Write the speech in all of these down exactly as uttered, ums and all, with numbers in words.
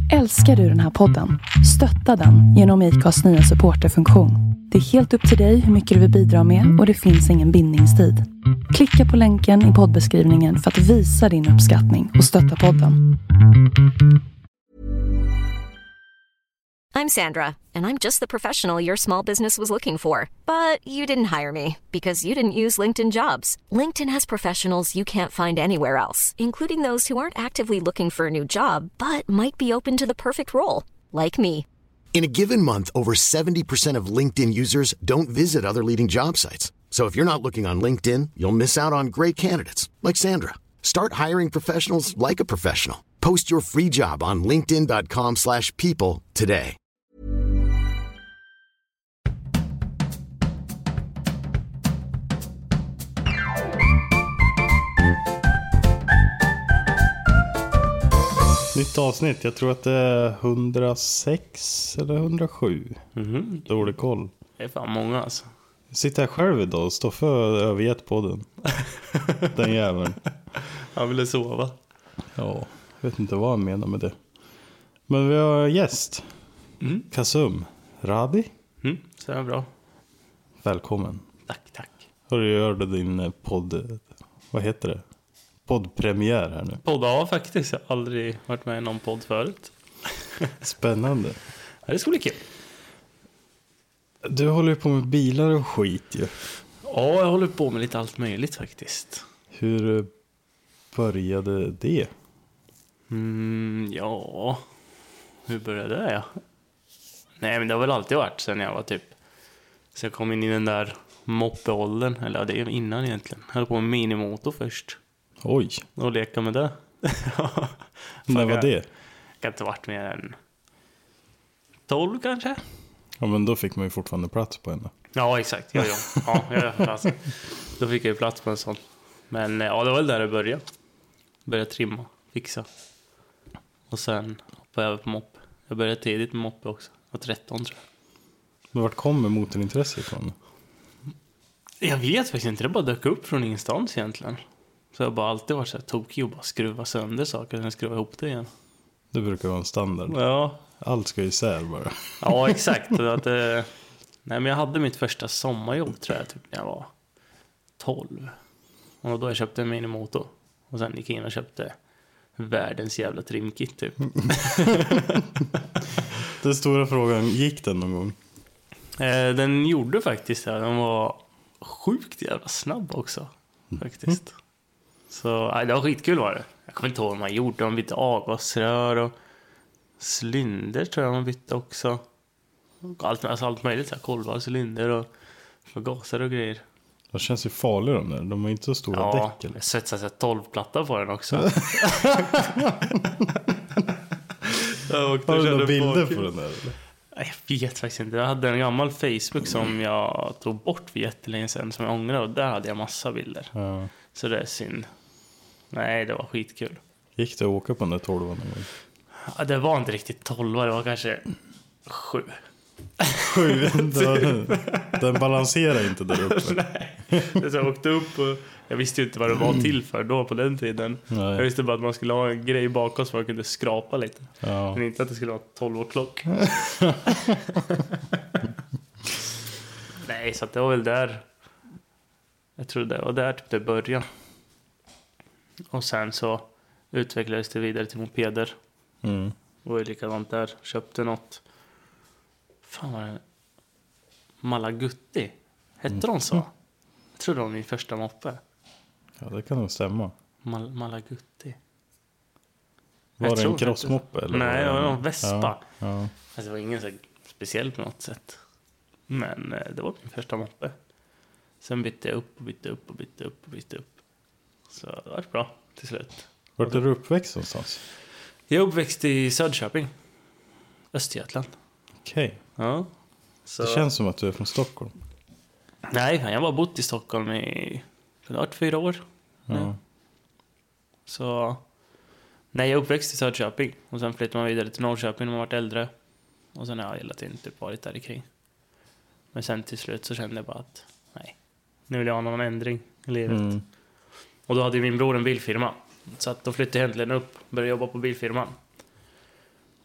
Älskar du den här podden? Stötta den genom I C A:s nya supporterfunktion. Det är helt upp till dig hur mycket du vill bidra med och det finns ingen bindningstid. Klicka på länken i poddbeskrivningen för att visa din uppskattning och stötta podden. I'm Sandra, and I'm just the professional your small business was looking for. But you didn't hire me because you didn't use LinkedIn Jobs. LinkedIn has professionals you can't find anywhere else, including those who aren't actively looking for a new job, but might be open to the perfect role, like me. In a given month, over seventy percent of LinkedIn users don't visit other leading job sites. So if you're not looking on LinkedIn, you'll miss out on great candidates like Sandra. Start hiring professionals like a professional. Post your free job on linkedin dot com slash people today. Nytt avsnitt, jag tror att det är hundrasex eller hundrasju. Mm-hmm. Dålig koll. Det är fan många alltså. Jag sitter här själv idag och står för övergett på den. Den jäveln. Han ville sova. Ja, jag vet inte vad han menar med det. Men vi har gäst. Mm. Kasum Rabi. Mm, så är det bra. Välkommen. Tack, tack. Har du gjort din podd, vad heter det? Poddpremiär här nu. Podd, ja faktiskt. Jag har aldrig varit med i någon podd förut. Spännande. Ja, det ska bli kul. Du håller ju på med bilar och skit ju. Ja, jag håller på med lite allt möjligt faktiskt. Hur började det? Mm, ja, hur började det? Ja? Nej, men det har väl alltid varit sen jag var typ... Så jag kom in i den där moppeåldern. Eller ja, det är innan egentligen. Jag höll på med minimotor först. Oj. Och leka med det. När var det? Jag kan inte ha varit mer än tolv kanske. Ja, men då fick man ju fortfarande plats på henne. Ja, exakt. Ja, ja. Ja, ja, alltså. Då fick jag ju plats på en sån. Men ja, det var väl där det började. Började trimma, fixa. Och sen hoppade jag över på moppe. Jag började tidigt med moppe också. Jag var tretton tror jag. Men vart kommer motorintresse ifrån? Jag vet faktiskt inte. Det bara dök upp från ingenstans egentligen. Så jag har bara alltid varit så här tokig och bara skruva sönder saker. Sen skruva ihop det igen. Det brukar vara en standard. Ja. Allt ska isär bara. Ja, exakt. Att, eh... Nej, men jag hade mitt första sommarjobb tror jag typ när jag var tolv. Och då jag köpte en minimotor. Och sen gick jag in och köpte världens jävla trimkit typ. Den stora frågan, gick den någon gång? Eh, den gjorde faktiskt det. Den var sjukt jävla snabb också. Faktiskt. Mm. Så nej, det var skitkul var det. Jag kommer inte ihåg vad man gjorde. Man bytte avgasrör och cylinder tror jag man bytte också. Allt, alltså allt möjligt. Så här, kolvar, cylinder och förgasar och grejer. Det känns ju farligt de där. De är inte så stora ja, däck. Jag svetsade tolv-platta på den också. Har du några bilder på den där? Eller? Jag vet faktiskt inte. Jag hade en gammal Facebook som jag tog bort för jättelänge sedan som jag ångrade. Och där hade jag massa bilder. Ja. Så det är synd. Nej, det var skitkul. Gick det att åka på den där tolvan någon gång? Ja, det var inte riktigt tolva. Det var kanske sju. Sju? Den, den balanserar inte där uppe. Nej. Så jag åkte upp och jag visste ju inte vad det var till för då på den tiden. Nej. Jag visste bara att man skulle ha en grej bakom så man kunde skrapa lite. Ja. Men inte att det skulle vara tolv o'clock. Nej, så att det var väl där. Jag tror det var där typ det började. Och sen så utvecklades det vidare till mopeder. Mm. Och är likadant där. Köpte något. Fan var det? Malagutti. Hette mm. de så? Jag tror det var min första moppe. Ja, det kan nog stämma. Mal- Malagutti. Var jag det en crossmoppe? Eller nej, det var en Vespa. Ja, ja. Alltså, det var ingen så speciell på något sätt. Men det var min första moppe. Sen bytte jag upp och bytte upp och bytte upp och bytte upp. Så det var bra till slut. Var är du uppväxt någonstans? Jag är uppväxt i Söderköping. Östergötland. Okej. Okay. Ja. Så... Det känns som att du är från Stockholm. Nej, jag har bara bott i Stockholm i fyra år. Ja. Ja. Så... Nej, jag är uppväxt i Söderköping. Och sen flyttade man vidare till Norrköping när man varit äldre. Och sen har jag hela tiden typ varit där kring. Men sen till slut så kände jag bara att... Nej, nu vill jag ha någon ändring i livet. Mm. Och då hade min bror en bilfirma. Så att då flyttade jag äntligen upp och började jobba på bilfirman.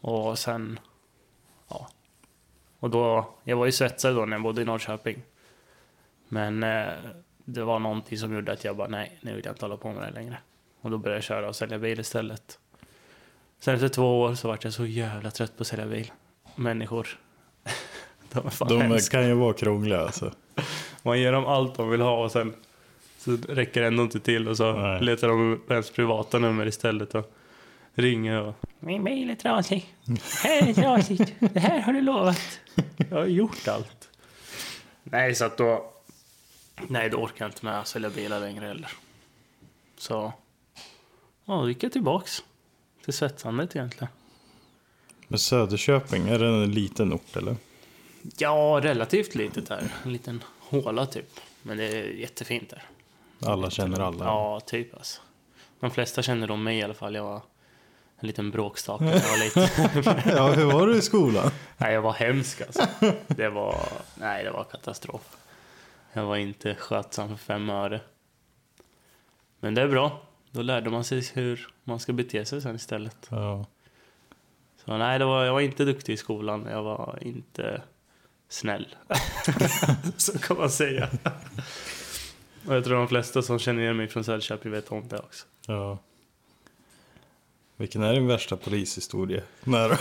Och sen, ja. Och då, jag var ju svetsare då när jag bodde i Norrköping. Men eh, det var någonting som gjorde att jag bara, nej, nu vill jag inte hålla på med det längre. Och då började jag köra och sälja bil istället. Sen efter två år så var jag så jävla trött på att sälja bil. Människor. De, är fan de hemska. kan ju vara krångliga alltså. Man ger dem allt de vill ha och sen så räcker det ändå inte till. Och så nej. Letar de upp ens privata nummer istället och ringer och min mail är trasig. Här är trasigt. Det här har du lovat. Jag har gjort allt. Nej, så att då nej, då orkar jag inte med att sälja bilar längre heller. Så ja, då gick jag tillbaks till svetsandet egentligen. Men Söderköping, är det en liten ort eller? Ja, relativt litet här. En liten håla typ. Men det är jättefint där. Alla känner alla. Ja, typ alltså. De flesta känner om mig i alla fall. Jag var en liten bråkstake. Jag var lite... Ja, hur var du i skolan? Nej, jag var hemsk alltså. Det var... Nej, det var katastrof. Jag var inte skötsam för fem öre. Men det är bra. Då lärde man sig hur man ska bete sig sen istället. Ja. Så nej, det var, jag var inte duktig i skolan. Jag var inte snäll. Så kan man säga. Och jag tror de flesta som känner igen mig från Söderköping vet om det också. Ja. Vilken är din värsta polishistoria? Nej,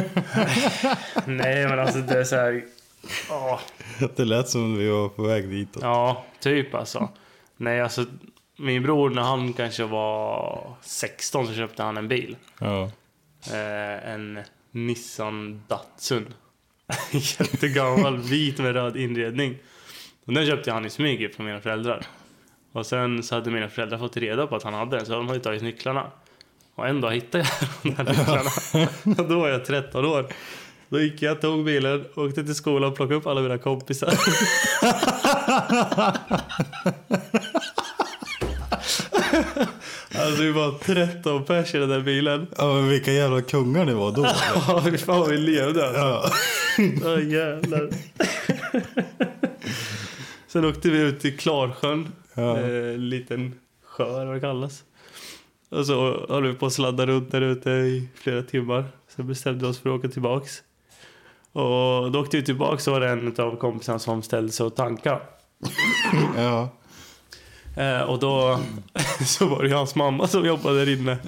nej men alltså det är så här... Åh. Det lät som vi var på väg dit. Ja, typ alltså. Nej, alltså min bror när han kanske var sexton så köpte han en bil. Ja. Eh, en Nissan Datsun. Jättegammal, vit med röd inredning. Och den köpte han i smyg från mina föräldrar. Och sen så hade mina föräldrar fått reda på att han hade den. Så de hade tagit nycklarna. Och en dag hittade jag de här nycklarna. Och då var jag tretton år. Då gick jag, tog bilen, åkte till skolan och plockade upp alla mina kompisar. Alltså vi var tretton pers i den där bilen. Ja, men vilka jävla kungar det var då. Ja, vi fan vi levde alltså. Ja. Åh jävlar. Sen åkte vi ut till Klarsjön. Ja. Eh, liten sjö vad det kallas. Och så höll vi på att sladda runt där ute i flera timmar. Sen bestämde vi oss för att åka tillbaks. Och då åkte vi tillbaks så var det en av kompisarna som ställde sig och tankade. Ja. Eh, och då så var det hans mamma som jobbade där inne.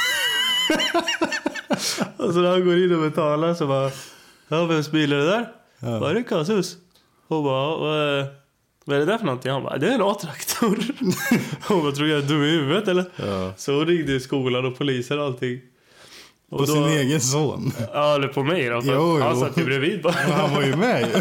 Och så när han går in och betalar så bara, ja, vems bil är det där? Ja. Vad är det, Kasus? Och bara, vad, vad är det där för någonting? Han bara, det är en A-traktor. Hon bara, tror jag är dum i huvudet eller? Ja. Så ringde skolan och polisen och allting. Och på då, sin egen son? Ja, eller på mig då. Jo, han satt ju bredvid bara. Ja, han var ju med ju.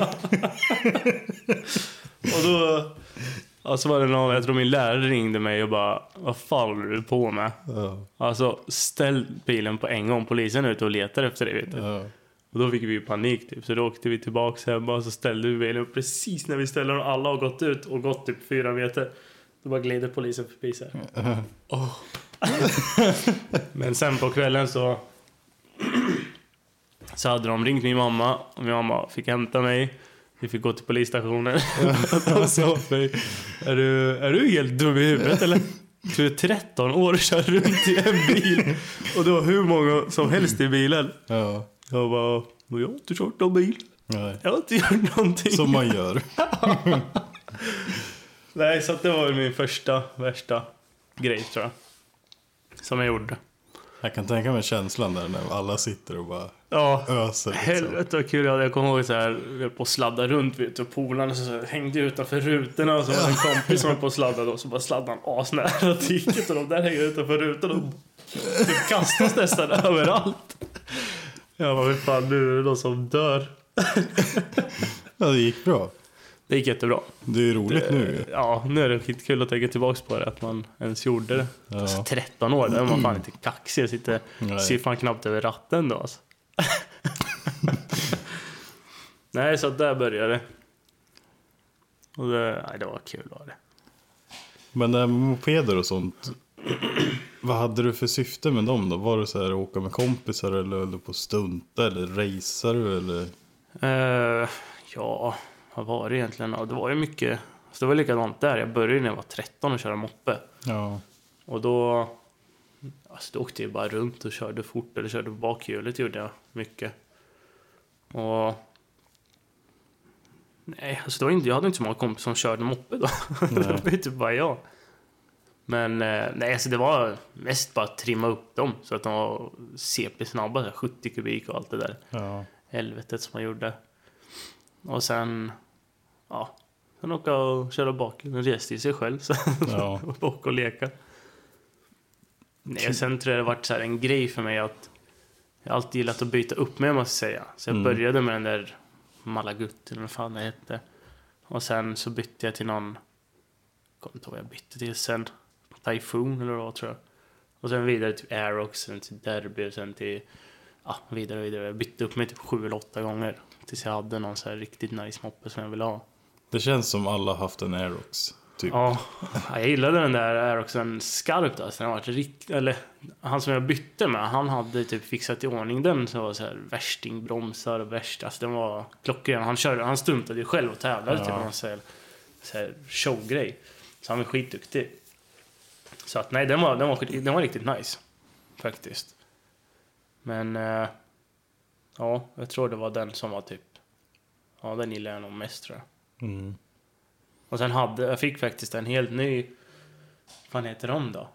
Och då... Alltså var det någon, jag tror min lärare ringde mig och bara, vad fan håller du på med? Ja. Alltså ställ bilen på en gång, polisen är ute och letar efter det, vet du. Ja. Och då fick vi ju panik typ, så då åkte vi tillbaka hemma och så ställde vi bilen upp precis när vi ställer och alla har gått ut och gått typ fyra meter. Då bara glider polisen förbi så här. Ja. Oh. Men sen på kvällen så så hade de ringt min mamma och min mamma fick hämta mig. Vi fick gå till polisstationen. De sa mig, är du, är du helt dum i huvudet eller? Du är tretton år och kör runt i en bil. Och det var hur många som helst i bilen. Ja. Jag bara, jag har inte kört någon bil. Nej. Jag har inte gjort någonting. Som man gör. Nej, så det var min första, värsta grej tror jag. Som jag gjorde. Jag kan tänka mig känslan där när alla sitter och bara ja, öser. Liksom. Helvete vad kul. Jag kommer ihåg så här, vi höll på att sladda runt vid och polarna så, så hängde utanför rutorna och så var det en kompis som höll på att sladda då, så bara sladdade han asnära diket och de där hänger utanför rutorna och det kastas nästan överallt. Jag bara, fan nu är det någon som dör. Ja, det gick bra. Det gick jättebra. Det är ju roligt det, nu. Ja, nu är det skitkul att tänka tillbaka på det. Att man ens gjorde det. Ja. Alltså, tretton år, då är man fan inte kaxig. Jag sitter, ser fan knappt över ratten då. Alltså. Nej, så där började det. Och det, nej, det var kul var det. Men det här med mopeder och sånt. Vad hade du för syfte med dem då? Var det så här att åka med kompisar eller, eller på stunta eller racear du eller? Uh, ja... Vad var det egentligen? Ja, det var ju mycket. Så det var likadant där. Jag började när jag var tretton och köra moppe. Ja. Och då alltså, då åkte jag bara runt och körde fort. Eller körde på bakhjulet gjorde jag mycket. Och... Nej, alltså det var inte, jag hade inte så många kompisar som körde moppe då. Det var typ bara jag. Men nej, alltså det var mest bara att trimma upp dem så att de var C P-snabba, sjuttio kubik och allt det där. Ja. Helvetet som man gjorde. Och sen, ja, sen åka och köra bak. Den reste i sig själv så Ja. och, och leka. Nej, sen tror jag det varit så här en grej för mig att jag alltid gillat att byta upp mig, måste säga. Så jag Mm. började började med den där Malagutti eller vad fan det hette. Och sen så bytte jag till någon, jag kommer inte ihåg vad jag bytte till sen. Typhoon eller vad, tror jag. Och sen vidare till Aerox, sen till Derby, sen till, ja, vidare och vidare. Jag bytte upp mig typ sju eller åtta gånger tills jag hade någon så här riktigt nice moppe som jag ville ha. Det känns som alla haft en Aerox, typ. Ja, jag gillade den där Aeroxen skarpt alltså. Den var rikt, eller han som jag bytte med, han hade typ fixat i ordning den så var så här värstingbromsar och värst, alltså den var klockren. Han körde, han stuntade ju själv och tävlade Ja. typ någon så här, så här showgrej. Så han var skitduktig. Så att nej, den var den var den var riktigt nice faktiskt. Men eh, ja, jag tror det var den som var typ, ja, den gillade jag nog mest, tror jag. Mm. Och sen hade jag fick faktiskt en helt ny, vad fan heter de då?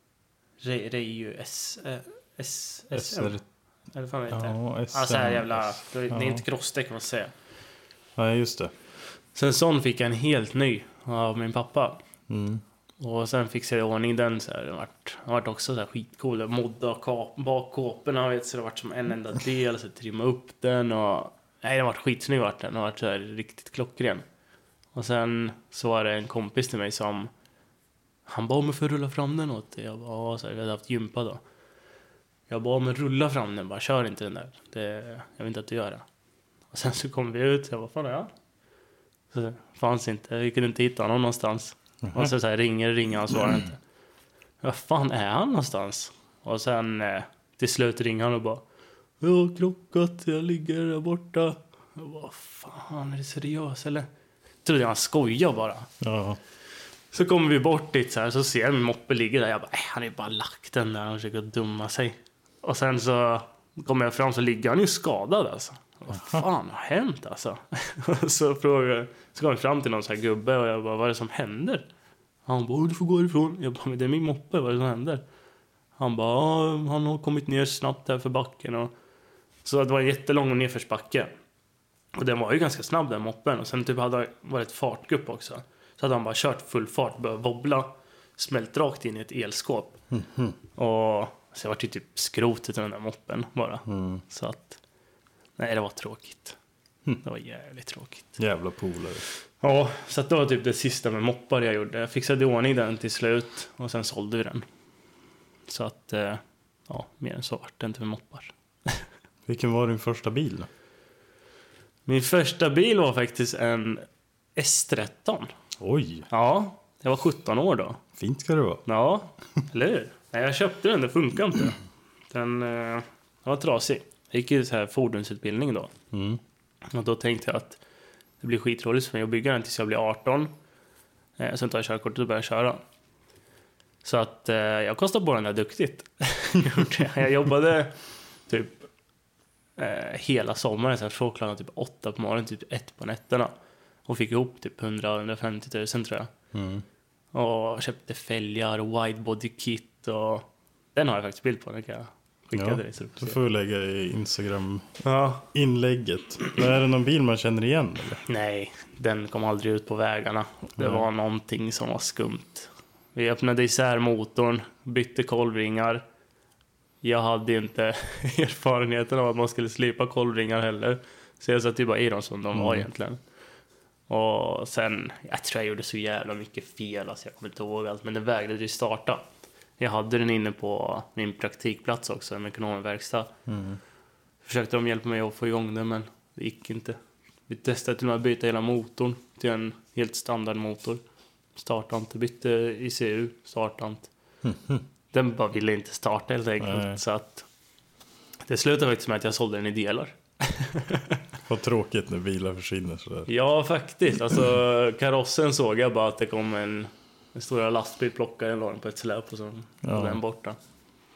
Re, Reju S, äh, S, S M. Eller vad fan heter det? Ja, S M. Ja, så här jävla, det är Ja. inte crossdäck kan man säga. Nej, just det. Sen sån fick jag en helt ny av min pappa. Mm. Och sen fick jag i ordning den så här. Det vart, det vart också så här skitcool. Modda kap, bakkåporna, vet, så det vart som en enda del. Så trimma upp den och... Nej, det vart skitsnygg vart den. Det vart så här riktigt klockren. Och sen så var det en kompis till mig som... Han bad mig för att rulla fram den åt det. Jag bara, så här, vi hade haft gympa då. Jag bad mig rulla fram den, bara kör inte den där. Det, jag vill inte att du gör det. Och sen så kom vi ut, jag bara, fan är jag? Så det fanns inte, vi kunde inte hitta honom någonstans. Mm-hmm. Och så, så här, ringer, ringer, han svarar inte. Vad fan är han någonstans? Och sen eh, till slut ringer han och bara, jag har krockat, jag ligger där borta. Jag bara, fan är det seriöst eller? Jag trodde han skojade bara. Ja. Så kommer vi bort dit så här, så ser jag min moppe ligger där. Jag bara, äh, han är bara lagt den där och försöker dumma sig. Och sen så kommer jag fram så ligger han ju skadad alltså. Vad fan har hänt alltså? Så frågar, så kommer jag fram till någon så här gubbe och jag bara, vad är det som händer? Han bara, du får gå ifrån. Jag bara, men det är min moppe, vad är det som händer? Han bara, han har kommit ner snabbt här för backen. Och... Så det var en jättelång nedförsbacke. Och den var ju ganska snabb den moppen. Och sen typ hade det varit ett fartgupp också. Så hade han bara kört full fart, började wobbla, smält rakt in i ett elskåp. Mm-hmm. Och så var det typ skrotet i den där moppen bara. Mm. Så att, nej, det var tråkigt. Det var jävligt tråkigt. Jävla polare. Ja, så att det var typ det sista med moppar jag gjorde. Jag fixade i ordning den till slut och sen sålde vi den. Så att, ja, mer än så vart det inte med moppar. Vilken var din första bil då? Min första bil var faktiskt en S tretton. Oj, Ja, jag var sjutton år då. fint ska det vara. Ja, eller hur? Nej, jag köpte den, det funkar inte. Den, eh, var trasig. Jag gick ju så här fordonsutbildning då. Mm. Och då tänkte jag att det blir skitroligt för mig att bygga den tills jag blir arton. Eh, sen tar jag körkortet och börjar köra. Så att eh, jag kostade på den där duktigt. Jag jobbade typ eh, hela sommaren. Sen från klockan typ åtta på morgonen, typ ett på nätterna. Och fick ihop typ hundra till hundrafemtio tusen tror jag. Mm. Och köpte fälgar och widebody kit. Och den har jag faktiskt bild på. Den kan jag skicka Ja, till dig. Så du får lägga i Instagram-inlägget. Ja. Är det någon bil man känner igen? Eller? Nej, den kom aldrig ut på vägarna. Det Mm. var någonting som var skumt. Vi öppnade isär motorn, bytte kolvringar. Jag hade inte erfarenheten av att man skulle slipa kolvringar heller. Så jag satt ju bara i dem som de var egentligen. Och sen, jag tror jag gjorde så jävla mycket fel. Alltså jag kommer inte ihåg allt, men det vägrade ju starta. Jag hade den inne på min praktikplats också, en ekonomverkstad. Mm. Försökte de hjälpa mig att få igång den, men det gick inte. Vi testade till och med att byta hela motorn till en helt standard motor. Startade inte, bytte I C U, startade inte. Mm. Den bara ville inte starta helt enkelt. Nej. Så att det slutade faktiskt med att jag sålde den i delar. Vad tråkigt när bilar försvinner sådär. Ja, faktiskt. Alltså, karossen såg jag bara att det kom en, en stora lastbil plockade en lång på ett släp och så ja. var den borta.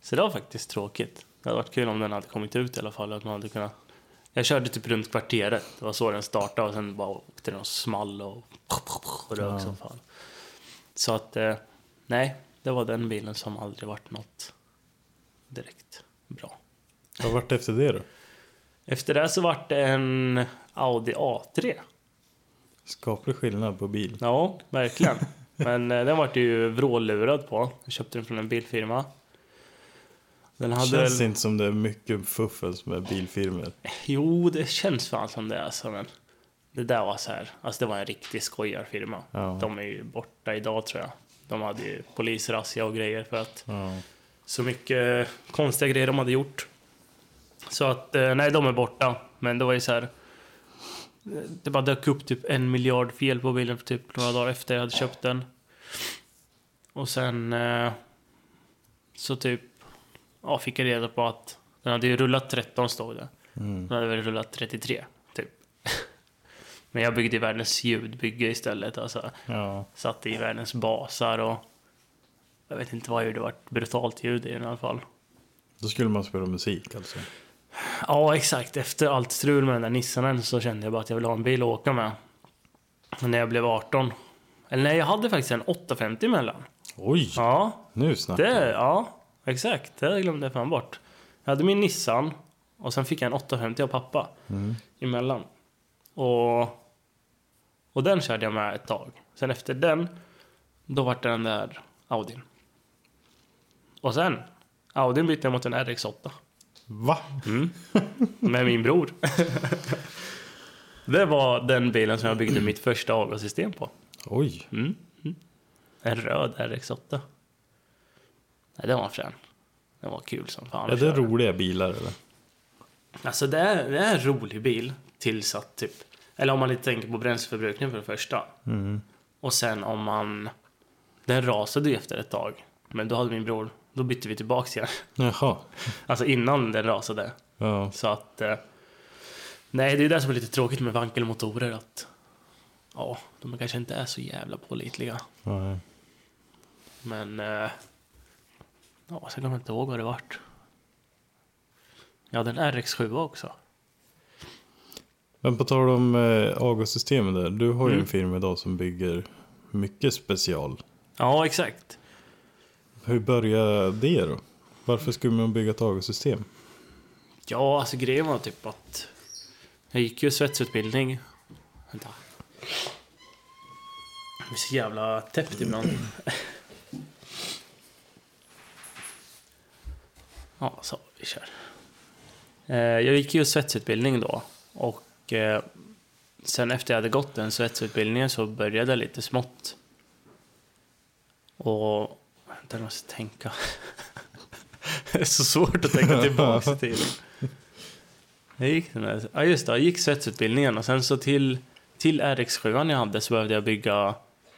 Så det var faktiskt tråkigt. Det hade varit kul om den hade kommit ut i alla fall. Att man hade kunnat... Jag körde typ runt kvarteret. Det var så den startade och sen bara åkte den och small och, och rök som fan. Så att, eh, nej, det var den bilen som aldrig varit något direkt bra. Vad var det efter det då? Efter det så var det en Audi A tre. Skaplig skillnad på bil. Ja, verkligen. Men eh, den var ju vrålurad på. Jag köpte den från en bilfirma. Den hade känns väl... inte som det är mycket fuffens med bilfirmor. Jo, det känns fan som det alltså, men det där var så här. Alltså det var en riktig skojarfirma. Ja. De är ju borta idag tror jag. De hade ju polisrazzia och grejer för att Ja. så mycket konstiga grejer de hade gjort. Så att, eh, nej, de är borta. Men det var ju så här. Det bara dök upp typ en miljard fel på bilen för typ några dagar efter jag hade köpt den. Och sen eh, så typ ja, fick jag reda på att den hade ju rullat tretton, stod det. Mm. Den hade väl rullat trettiotre typ. Men jag byggde i världens ljudbygge istället alltså. Ja. Satt i världens basar och jag vet inte vad jag gjorde, det var ett brutalt ljud i den i alla fall. Då skulle man spela musik alltså. Ja, exakt. Efter allt strul med den där Nissanen så kände jag bara att jag ville ha en bil att åka med. Och när jag blev arton. Eller nej, jag hade faktiskt en åttahundrafemtio mellan. Oj, Ja, nu snackar det, ja, exakt. Det glömde jag fan bort. Jag hade min Nissan och sen fick jag en åttahundrafemtio av pappa mm. emellan. Och, och den körde jag med ett tag. Sen efter den, då var det den där Audin. Och sen, Audin bytte jag mot en R X åtta. Va? Mm. Med min bror. Det var den bilen som jag byggde mitt första avgassystem på. Oj. Mm. Mm. En röd R X åtta. Nej, det var frän. Det var kul som fan. Är det roliga bilar eller? Alltså det är, det är en rolig bil. Tills att typ, eller om man inte tänker på bränsleförbrukning för det första. Mm. Och sen om man, den rasade ju efter ett tag. Men då hade min bror, då bytte vi tillbaka igen. Jaha. Alltså innan den rasade. Ja. Så att eh, nej, det är det som är lite tråkigt med vankelmotorer, att ja, de kanske inte är så jävla pålitliga. Nej. Men eh, ja, så kan man inte ihåg vad det vart. Ja, den R X sju också. Men på tal om eh, avgassystemet där. Du har ju Mm. en firma idag som bygger mycket special. Ja, exakt. Hur började det då? Varför skulle man bygga ett avgassystem? Ja, alltså grejen var typ att jag gick ju svetsutbildning. Vänta. Det är så jävla täppt ibland. Ja, så vi kör. Eh, jag gick ju svetsutbildning då. Och eh, sen efter jag hade gått den svetsutbildningen så började jag lite smått. Och vänta, jag måste tänka. Det är så svårt att tänka tillbaka till. Jag gick den här, ja just det, jag gick svetsutbildningen och sen så till, till R X sju jag hade så behövde jag bygga.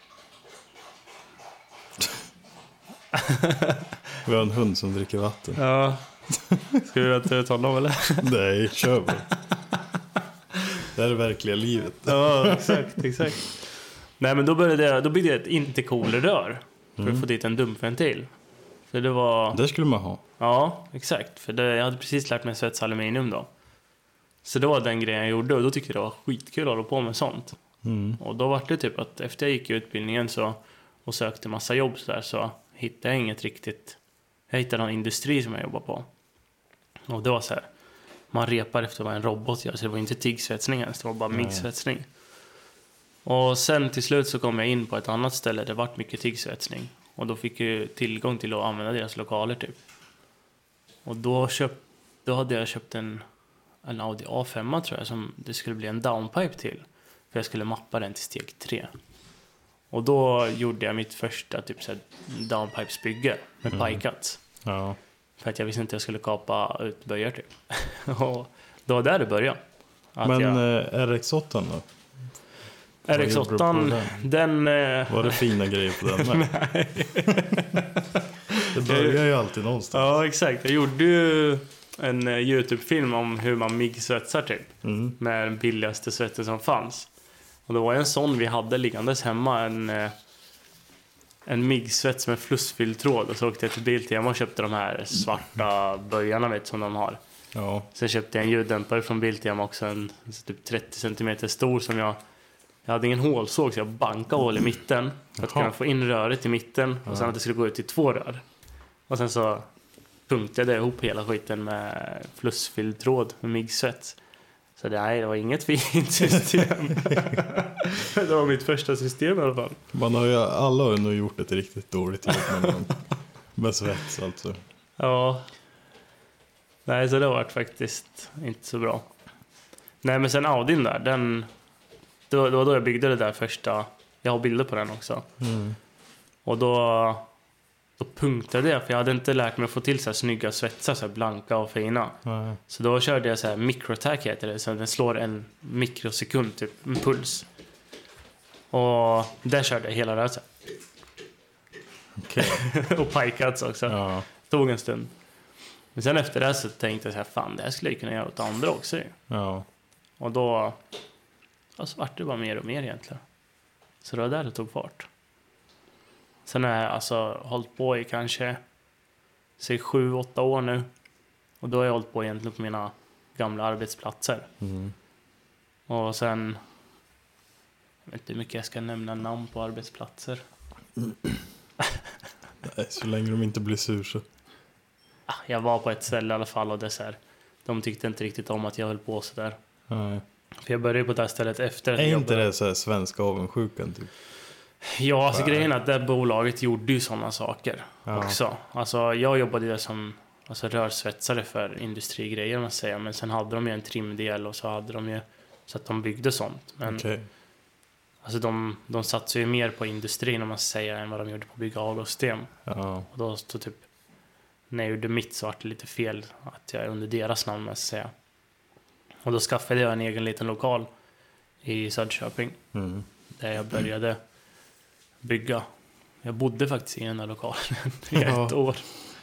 Vi har en hund som dricker vatten. Ja. Ska vi vänta ut honom eller? Nej, kör vi. Det är det verkliga livet. Ja, exakt, exakt. Nej, men då började jag, då byggde jag ett intercoolerrör för Mm. att få dit en dumpventil. För det var... Det skulle man ha. Ja, exakt. För det, jag hade precis lärt mig svetsa aluminium då. Så det var den grejen jag gjorde och då tyckte jag det var skitkul att hålla på med sånt. Mm. Och då var det typ att efter jag gick utbildningen så, och sökte massa jobb så där, så hittade jag inget riktigt... Jag hittade någon industri som jag jobbade på. Och det var så här, man repar efter vad en robot gör, så det var inte tiggsvetsning ens, det var bara miggsvetsning. Och sen till slut så kom jag in på ett annat ställe där det var mycket tiggsvetsning. Och då fick jag tillgång till att använda deras lokaler typ. Och då, köpt, då hade jag köpt en, en Audi A fem tror jag, som det skulle bli en downpipe till. För jag skulle mappa den till steg tre. Och då gjorde jag mitt första typ så här downpipesbygge med mm. pie-cuts. Ja. För att jag visste inte att jag skulle kapa ut böjar typ. Och då var där det började. Att Men jag... eh, R X åtta då? R X åtta, den... den eh... Var det fina grejer på den med? Nej. Det börjar ju alltid någonstans. Ja, exakt. Jag gjorde ju en uh, YouTube-film om hur man miggsvetsar typ. Mm. Med den billigaste svetten som fanns. Och det var en sån vi hade liggandes hemma. En, uh, en M I G-svets med flussfylld tråd. Och så åkte jag till Biltema och köpte de här svarta böjarna vet, som de har. Ja. Sen köpte jag en ljuddämpare från Biltema också. En typ trettio centimeter stor som jag... Jag hade ingen hålsåg så jag bankade hål i mitten. För att Jaha. kunna få in röret i mitten. Och sen att det skulle gå ut i två rör. Och sen så punktade jag ihop hela skiten med flussfylld tråd med M I G-svets. Så det, nej, det var inget fint system. Det var mitt första system i alla fall. Man har ju, alla har ju nog gjort ett riktigt dåligt jobb med, någon, med svets alltså. Ja. Nej, så det har varit faktiskt inte så bra. Nej, men sen Audin där, den... Det var, det var då jag byggde det där första... Jag har bilder på den också. Mm. Och då... Då punktade jag, för jag hade inte lärt mig att få till så här snygga svetsar, så här blanka och fina. Nej. Så då körde jag så här microtack heter det, så den slår en mikrosekund typ, en puls. Och där körde jag hela rörelsen. Okej. Och pajkats också. Ja. Tog en stund. Men sen efter det så tänkte jag så här, fan det här skulle jag kunna göra åt andra också. Ja. Och då ja, så vart det bara mer och mer egentligen. Så det var där det tog fart. Sen har jag alltså hållit på i kanske säg sju, åtta år nu. Och då har jag hållit på egentligen på mina gamla arbetsplatser. Mm. Och sen jag vet inte hur mycket jag ska nämna namn på arbetsplatser. Nej, så länge de inte blir sur så. Ah, jag var på ett ställe i alla fall och det så här, de tyckte inte riktigt om att jag höll på så där. Nej. För jag började på det här stället efter att Är jag inte jobbade. det så här svenska avundsjukan typ? Ja, alltså Fan. grejen är att det bolaget gjorde ju sådana saker Ja. också. Alltså jag jobbade där som alltså, rörsvetsare för industrigrejer man säger. Men sen hade de ju en trimdel och så hade de ju så att de byggde sånt. Men Okej. alltså de, de satsade ju mer på industrin om man säger än vad de gjorde på att bygga avgassystem. Ja. Och då stod typ, när jag gjorde mitt så var det lite fel att jag är under deras namn man säga. Och då skaffade jag en egen liten lokal i Söderköping. Mm. Där jag började bygga. Jag bodde faktiskt i den här lokalen i Ja. ett år.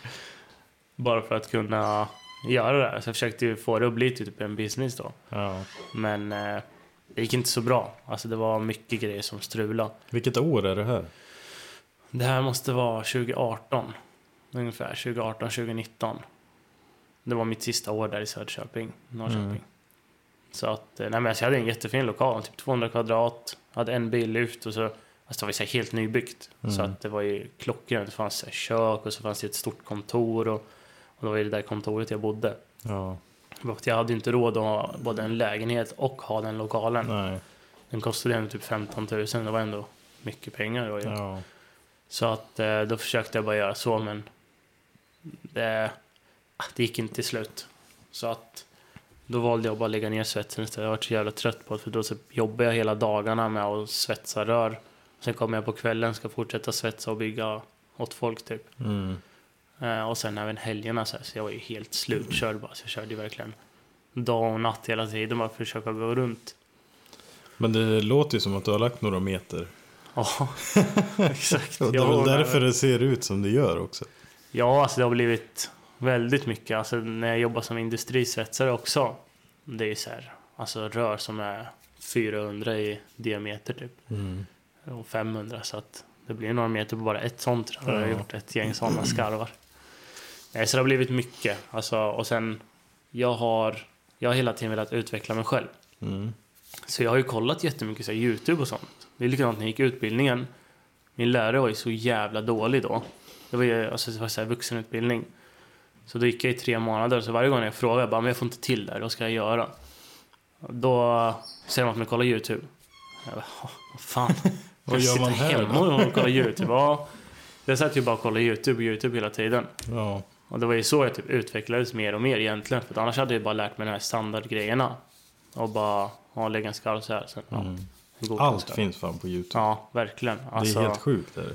Bara för att kunna göra det här. Så jag försökte ju få det att bli typ en business då. Ja. Men eh, det gick inte så bra. Alltså det var mycket grejer som strulade. Vilket år är det här? Det här måste vara tjugo arton. Ungefär tjugo arton tjugo nitton. Det var mitt sista år där i Söderköping, Norrköping. Mm. Så att, nej men alltså jag hade en jättefin lokal, typ tvåhundra kvadrat. Hade en billyft och så, alltså det var ju så här helt nybyggt. Mm. Så att det var ju klockrent. Det fanns så här kök och så fanns det ett stort kontor. Och, och då var det där kontoret jag bodde. Ja. För att jag hade inte råd att ha både en lägenhet och ha den lokalen. Nej. Den kostade ändå typ femton tusen. Det var ändå mycket pengar då. Ja. Ja. Så att eh, då försökte jag bara göra så, men det, det gick inte till slut. Så att då valde jag bara lägga ner svetsen istället. Jag var så jävla trött på det, för då så jobbar jag hela dagarna med att svetsa rör. Sen kommer jag på kvällen, ska fortsätta svetsa och bygga åt folk typ. Mm. Eh, och sen även helgerna så, här, så jag var ju helt slutkörd bara. Så jag körde ju verkligen dag och natt hela tiden bara för att försöka gå runt. Men det låter ju som att du har lagt några meter. Ja, exakt. Och det är väl därför det ser ut som det gör också. Ja, alltså det har blivit väldigt mycket. Alltså när jag jobbar som industrisvetsare också. Det är så här, alltså rör som är fyrahundra i diameter typ. Mm. Och femhundra, så att det blir några meter på bara ett sånt rör. Jag har Ja. gjort ett gäng sådana skarvar. Nej, så det har blivit mycket. Alltså, och sen, jag har, jag har hela tiden velat utveckla mig själv. Mm. Så jag har ju kollat jättemycket så här, YouTube och sånt. Det är likadant när jag gick utbildningen. Min lärare var ju så jävla dålig då. Det var ju alltså, det var så här vuxenutbildning. Så då gick jag i tre månader. Så varje gång jag frågade, jag bara, men jag får inte till det. Vad ska jag göra? Då säger de att man kollar YouTube. Jag bara, vad fan. Vad gör man här hemma då? och kollar YouTube? Ja, jag satt ju bara och kollade YouTube och YouTube hela tiden. Ja. Och det var ju så jag typ utvecklades mer och mer egentligen. För annars hade jag bara lärt mig de här standardgrejerna. Och bara ja, lägga en skarv så här. Sen, ja, Mm. en god Allt skarv. finns fan på YouTube. Ja, verkligen. Alltså, Det är helt sjukt. Är det?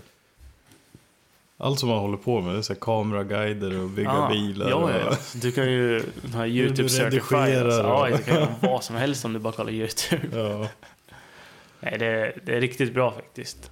Allt som man håller på med, det är så här kameraguider och bygga ja, bilar. Ja, ja, och... ja. Du kan ju den här YouTube Du certified. redigerar Alltså. och- Ja, du kan göra vad som helst om du bara kollar YouTube. Ja. Nej, det, det är riktigt bra faktiskt.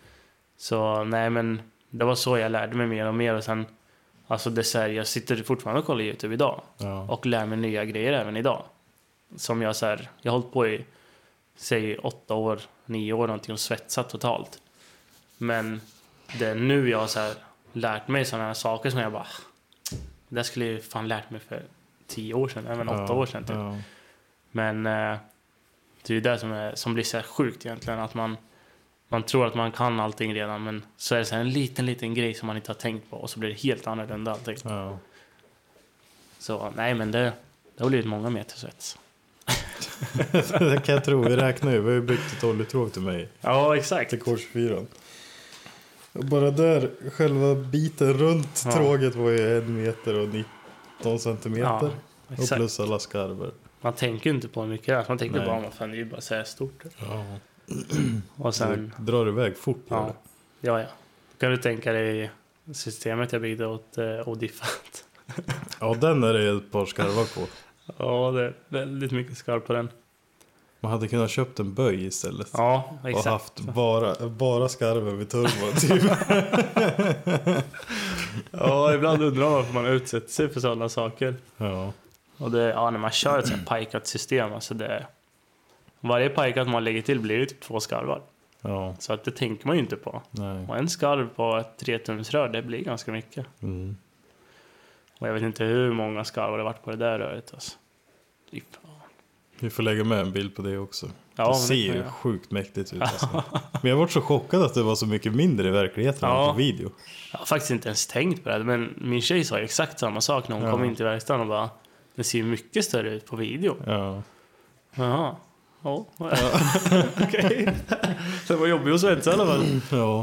Så nej, men det var så jag lärde mig mer och mer. Och sen, alltså det så här, jag sitter fortfarande och kollar YouTube idag. Ja. Och lär mig nya grejer även idag. Som jag så här, jag har hållit på i, säg åtta år, nio år någonting och svetsat totalt. Men det är nu jag har så här lärt mig sådana här saker som jag bara... Det skulle jag fan lärt mig för tio år sedan, även åtta ja, år sedan typ. Ja. Men eh, det är ju det som, är, som blir så här sjukt egentligen. Att man, man tror att man kan allting redan, men så är det så här en liten, liten grej som man inte har tänkt på. Och så blir det helt annorlunda allting. Ja. Så nej, men det, det har blivit många meter svets. Det kan jag tro, vi räknar ju. Vi har ju byggt ett oljetråg till mig. Ja, exakt. Till K tjugofyra. Och bara där, själva biten runt Ja. tråget var ju en meter och nitton centimeter. Ja, och exakt. plus alla skarvar. Man tänker ju inte på hur mycket det är. Man tänker Nej. bara, fan, det är ju bara så här stort. Ja. Och sen, Det drar iväg fort. gör ja, det. ja, ja. Då kan du tänka dig systemet jag byggde åt eh, Odiffat. Ja, den är det ett par skarvar på. Ja, det är väldigt mycket skarp på den. Man hade kunnat köpt en böj istället. Ja, och exakt. haft bara, bara skarvar vid turbon typ. Ja, ibland undrar man varför man utsätter sig för sådana saker. Ja. Och det, ja, när man kör ett sånt här pikat system, alltså det, varje pikat man lägger till blir det typ två skarvar. Ja. Så att det tänker man ju inte på. Nej. Och en skarv på ett tretumsrör, det blir ganska mycket. Mm. Och jag vet inte hur många skarvar det varit på det där röret. Alltså. Fy fan. Vi får lägga med en bild på det också. Ja, det men ser det kan ju jag. sjukt mäktigt ut. Alltså. Men jag var så chockad att det var så mycket mindre i verkligheten Ja. än på video. Jag har faktiskt inte ens tänkt på det. Men min tjej sa exakt samma sak när hon Ja. kom in till verkstaden och bara, det ser ju mycket större ut på video. Ja. Jaha. Ja. Okej. Det var jobbigt att svetsa i alla fall. Ja.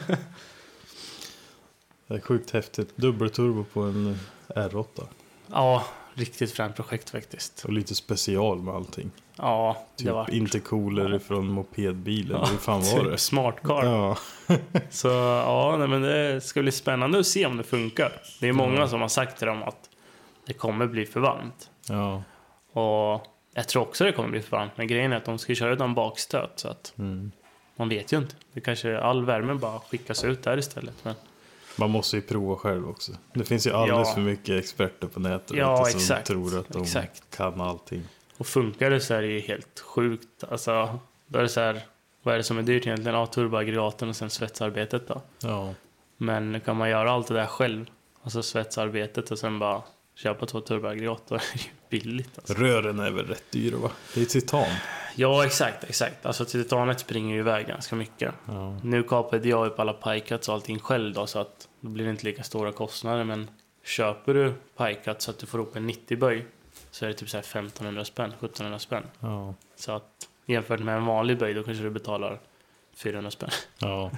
Det är sjukt häftigt. Dubbelturbo på en R åtta. Ja, riktigt främt projekt faktiskt. Och lite special med allting. Ja, det Typ var intercooler från mopedbilen. Hur fan var det? typ smart car. Ja. Så ja, nej, men det ska bli spännande att se om det funkar. Det är många som har sagt till dem att det kommer bli för varmt. Ja. Och jag tror också det kommer bli för varmt. Men grejen är att de ska köra utan bakstöt. Så att Mm. man vet ju inte. Det kanske all värme bara skickas ut där istället. Men Man måste ju prova själv också. Det finns ju alldeles Ja. för mycket experter på nätet Ja, vet du, som exakt. tror att de Exakt. kan allting. Och funkar det så är det ju helt sjukt. Alltså, då är det så här, vad är det som är dyrt egentligen? Ja, turboaggregaten och sen svetsarbetet då. Ja. Men kan man göra allt det där själv, alltså svetsarbetet och sen bara köpa två turboaggregat, då är det ju billigt. Alltså. Rören är väl rätt dyra, va? Det är titan. Ja, exakt, exakt. Alltså titanet springer ju iväg ganska mycket. Ja. Nu kapade jag upp alla pajkats och allting själv då, så att då blir det inte lika stora kostnader. Men köper du pajkat så att du får upp en nittio-böj så är det typ så här femtonhundra spänn, sjuttonhundra spänn. Ja. Så att jämfört med en vanlig böj då kanske du betalar fyrahundra spänn. Ja.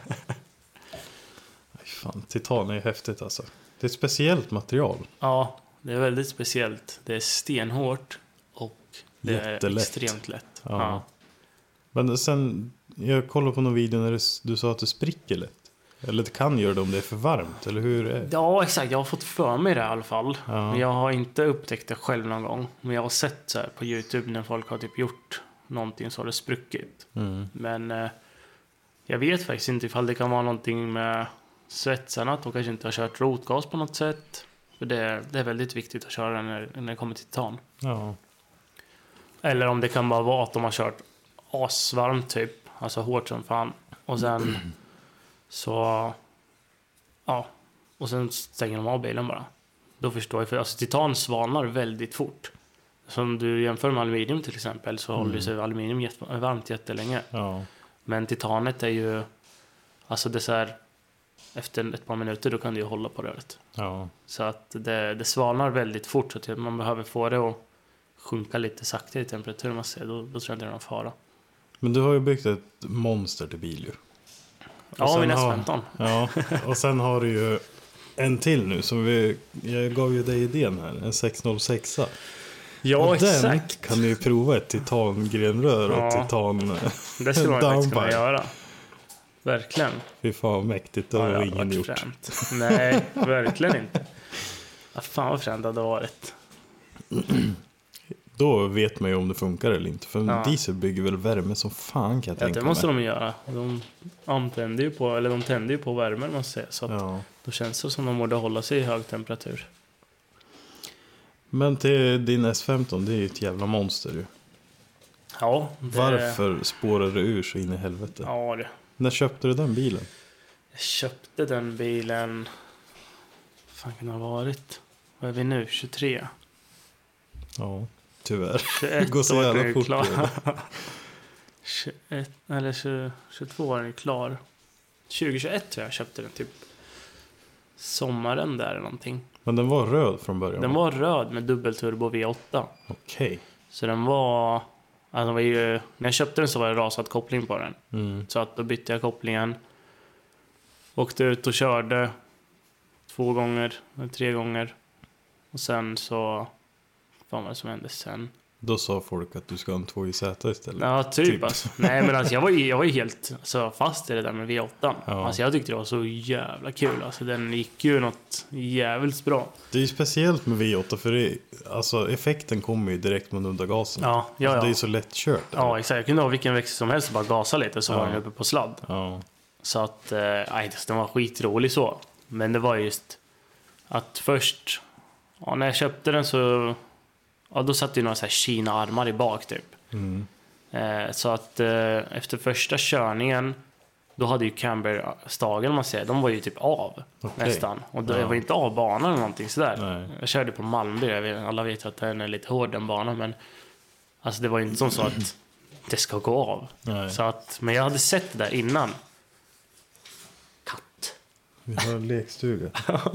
Aj, fan, titan är ju häftigt alltså. Det är ett speciellt material. Ja, det är väldigt speciellt. Det är stenhårt och det Jättelätt. är extremt lätt. Ja. Ja. Men sen, jag kollade på någon video när du, du sa att det spricker lätt. Eller det kan göra det om det är för varmt, eller hur är det? Ja, exakt. Jag har fått för mig det i alla fall. Ja. Men jag har inte upptäckt det själv någon gång. Men jag har sett så här på YouTube när folk har typ gjort någonting så har det spruckit. Mm. Men eh, jag vet faktiskt inte ifall det kan vara någonting med svetsarna. Att de kanske inte har kört rotgas på något sätt. För det, det är väldigt viktigt att köra när, när det kommer till titan. Ja. Eller om det kan bara vara att de har kört asvarmt typ. Alltså hårt som fan. Och sen så... Ja. Och sen stänger de av bilen bara. Då förstår jag. För alltså titan svalnar väldigt fort. Så om du jämför med aluminium till exempel. Så Mm. håller sig aluminium jätte, varmt jättelänge. Ja. Men titanet är ju... Alltså det är så här... Efter ett par minuter då kan du ju hålla på röret. Ja. Så att det, det svalnar väldigt fort. Så att man behöver få det att sjunka lite sakta i temperatur. Man ser, då, då tror jag inte det är någon fara. Men du har ju byggt ett monster till bil ju. Ja, sen min S har- femton. Ja, och sen har du ju en till nu som vi, jag gav ju dig idén här, en sex noll sex. Ja, och exakt. den kan du ju prova ett titangrenrör och Ja. titan. Det skulle man faktiskt kunna downpipe. göra. Verkligen. Fy fan vad mäktigt, det har Ja, det ingen hade gjort. varit fränt. Nej, verkligen inte. Ja, fan vad fränt det hade varit. Då vet man ju om det funkar eller inte. För en Ja. diesel bygger väl värme som fan kan jag Ja, tänka det måste mig. de göra. De antänder ju på, eller de tänder ju på värmen man säger. Så att Ja. då känns det som de borde hålla sig i hög temperatur. Men till din S femton, det är ju ett jävla monster ju. Ja, det, Varför spårar det ur så in i helvete? Ja, det. När köpte du den bilen? Jag köpte den bilen... Vad fan kan det ha varit? Vad är vi nu? tjugotre? Ja, tyvärr. tjugoett Det går så år jävla är det fort. klar. det. tjugoett, eller tjugo, tjugotvå är den klar. tjugohundratjugoett tror jag köpte den typ sommaren där eller någonting. Men den var röd från början? Den var röd med dubbelturbo V åtta. Okej. Okay. Så den var... Alltså var ju, när jag köpte den så var det rasat koppling på den. Mm. Så att då bytte jag kopplingen. Åkte ut och körde två gånger, eller tre gånger. Och sen så... Vad var det som hände sen? Då sa folk att du ska ha en två i Z istället. Ja, typ, typ. Alltså. Nej, men alltså jag var ju, jag var ju helt alltså, fast i det där med V åtta. Ja. Alltså jag tyckte det var så jävla kul. Alltså den gick ju något jävligt bra. Det är ju speciellt med V åtta för det, alltså effekten kommer ju direkt man under gasen. Ja, ja, ja. Alltså, det är så lätt kört. Ja, exakt. Jag kunde ha vilken växel som helst och bara gasa lite så Ja. var den uppe på sladd. Ja. Så att, eh, nej, den var skitrolig så. Men det var just att först, ja, när jag köpte den så, ja, då satt det ju några så här Kina-armar i bak typ. Mm. Eh, så att eh, efter första körningen, då hade ju camberstagen, man säger, de var ju typ av Okej. nästan. Och då Ja. jag var inte av banan eller någonting sådär. Nej. Jag körde på Malmby, jag vet, alla vet att den är lite hård den banan, men alltså det var ju inte som så att det ska gå av. Nej. Så att, men jag hade sett det där innan. Katt. Vi har en lekstuga.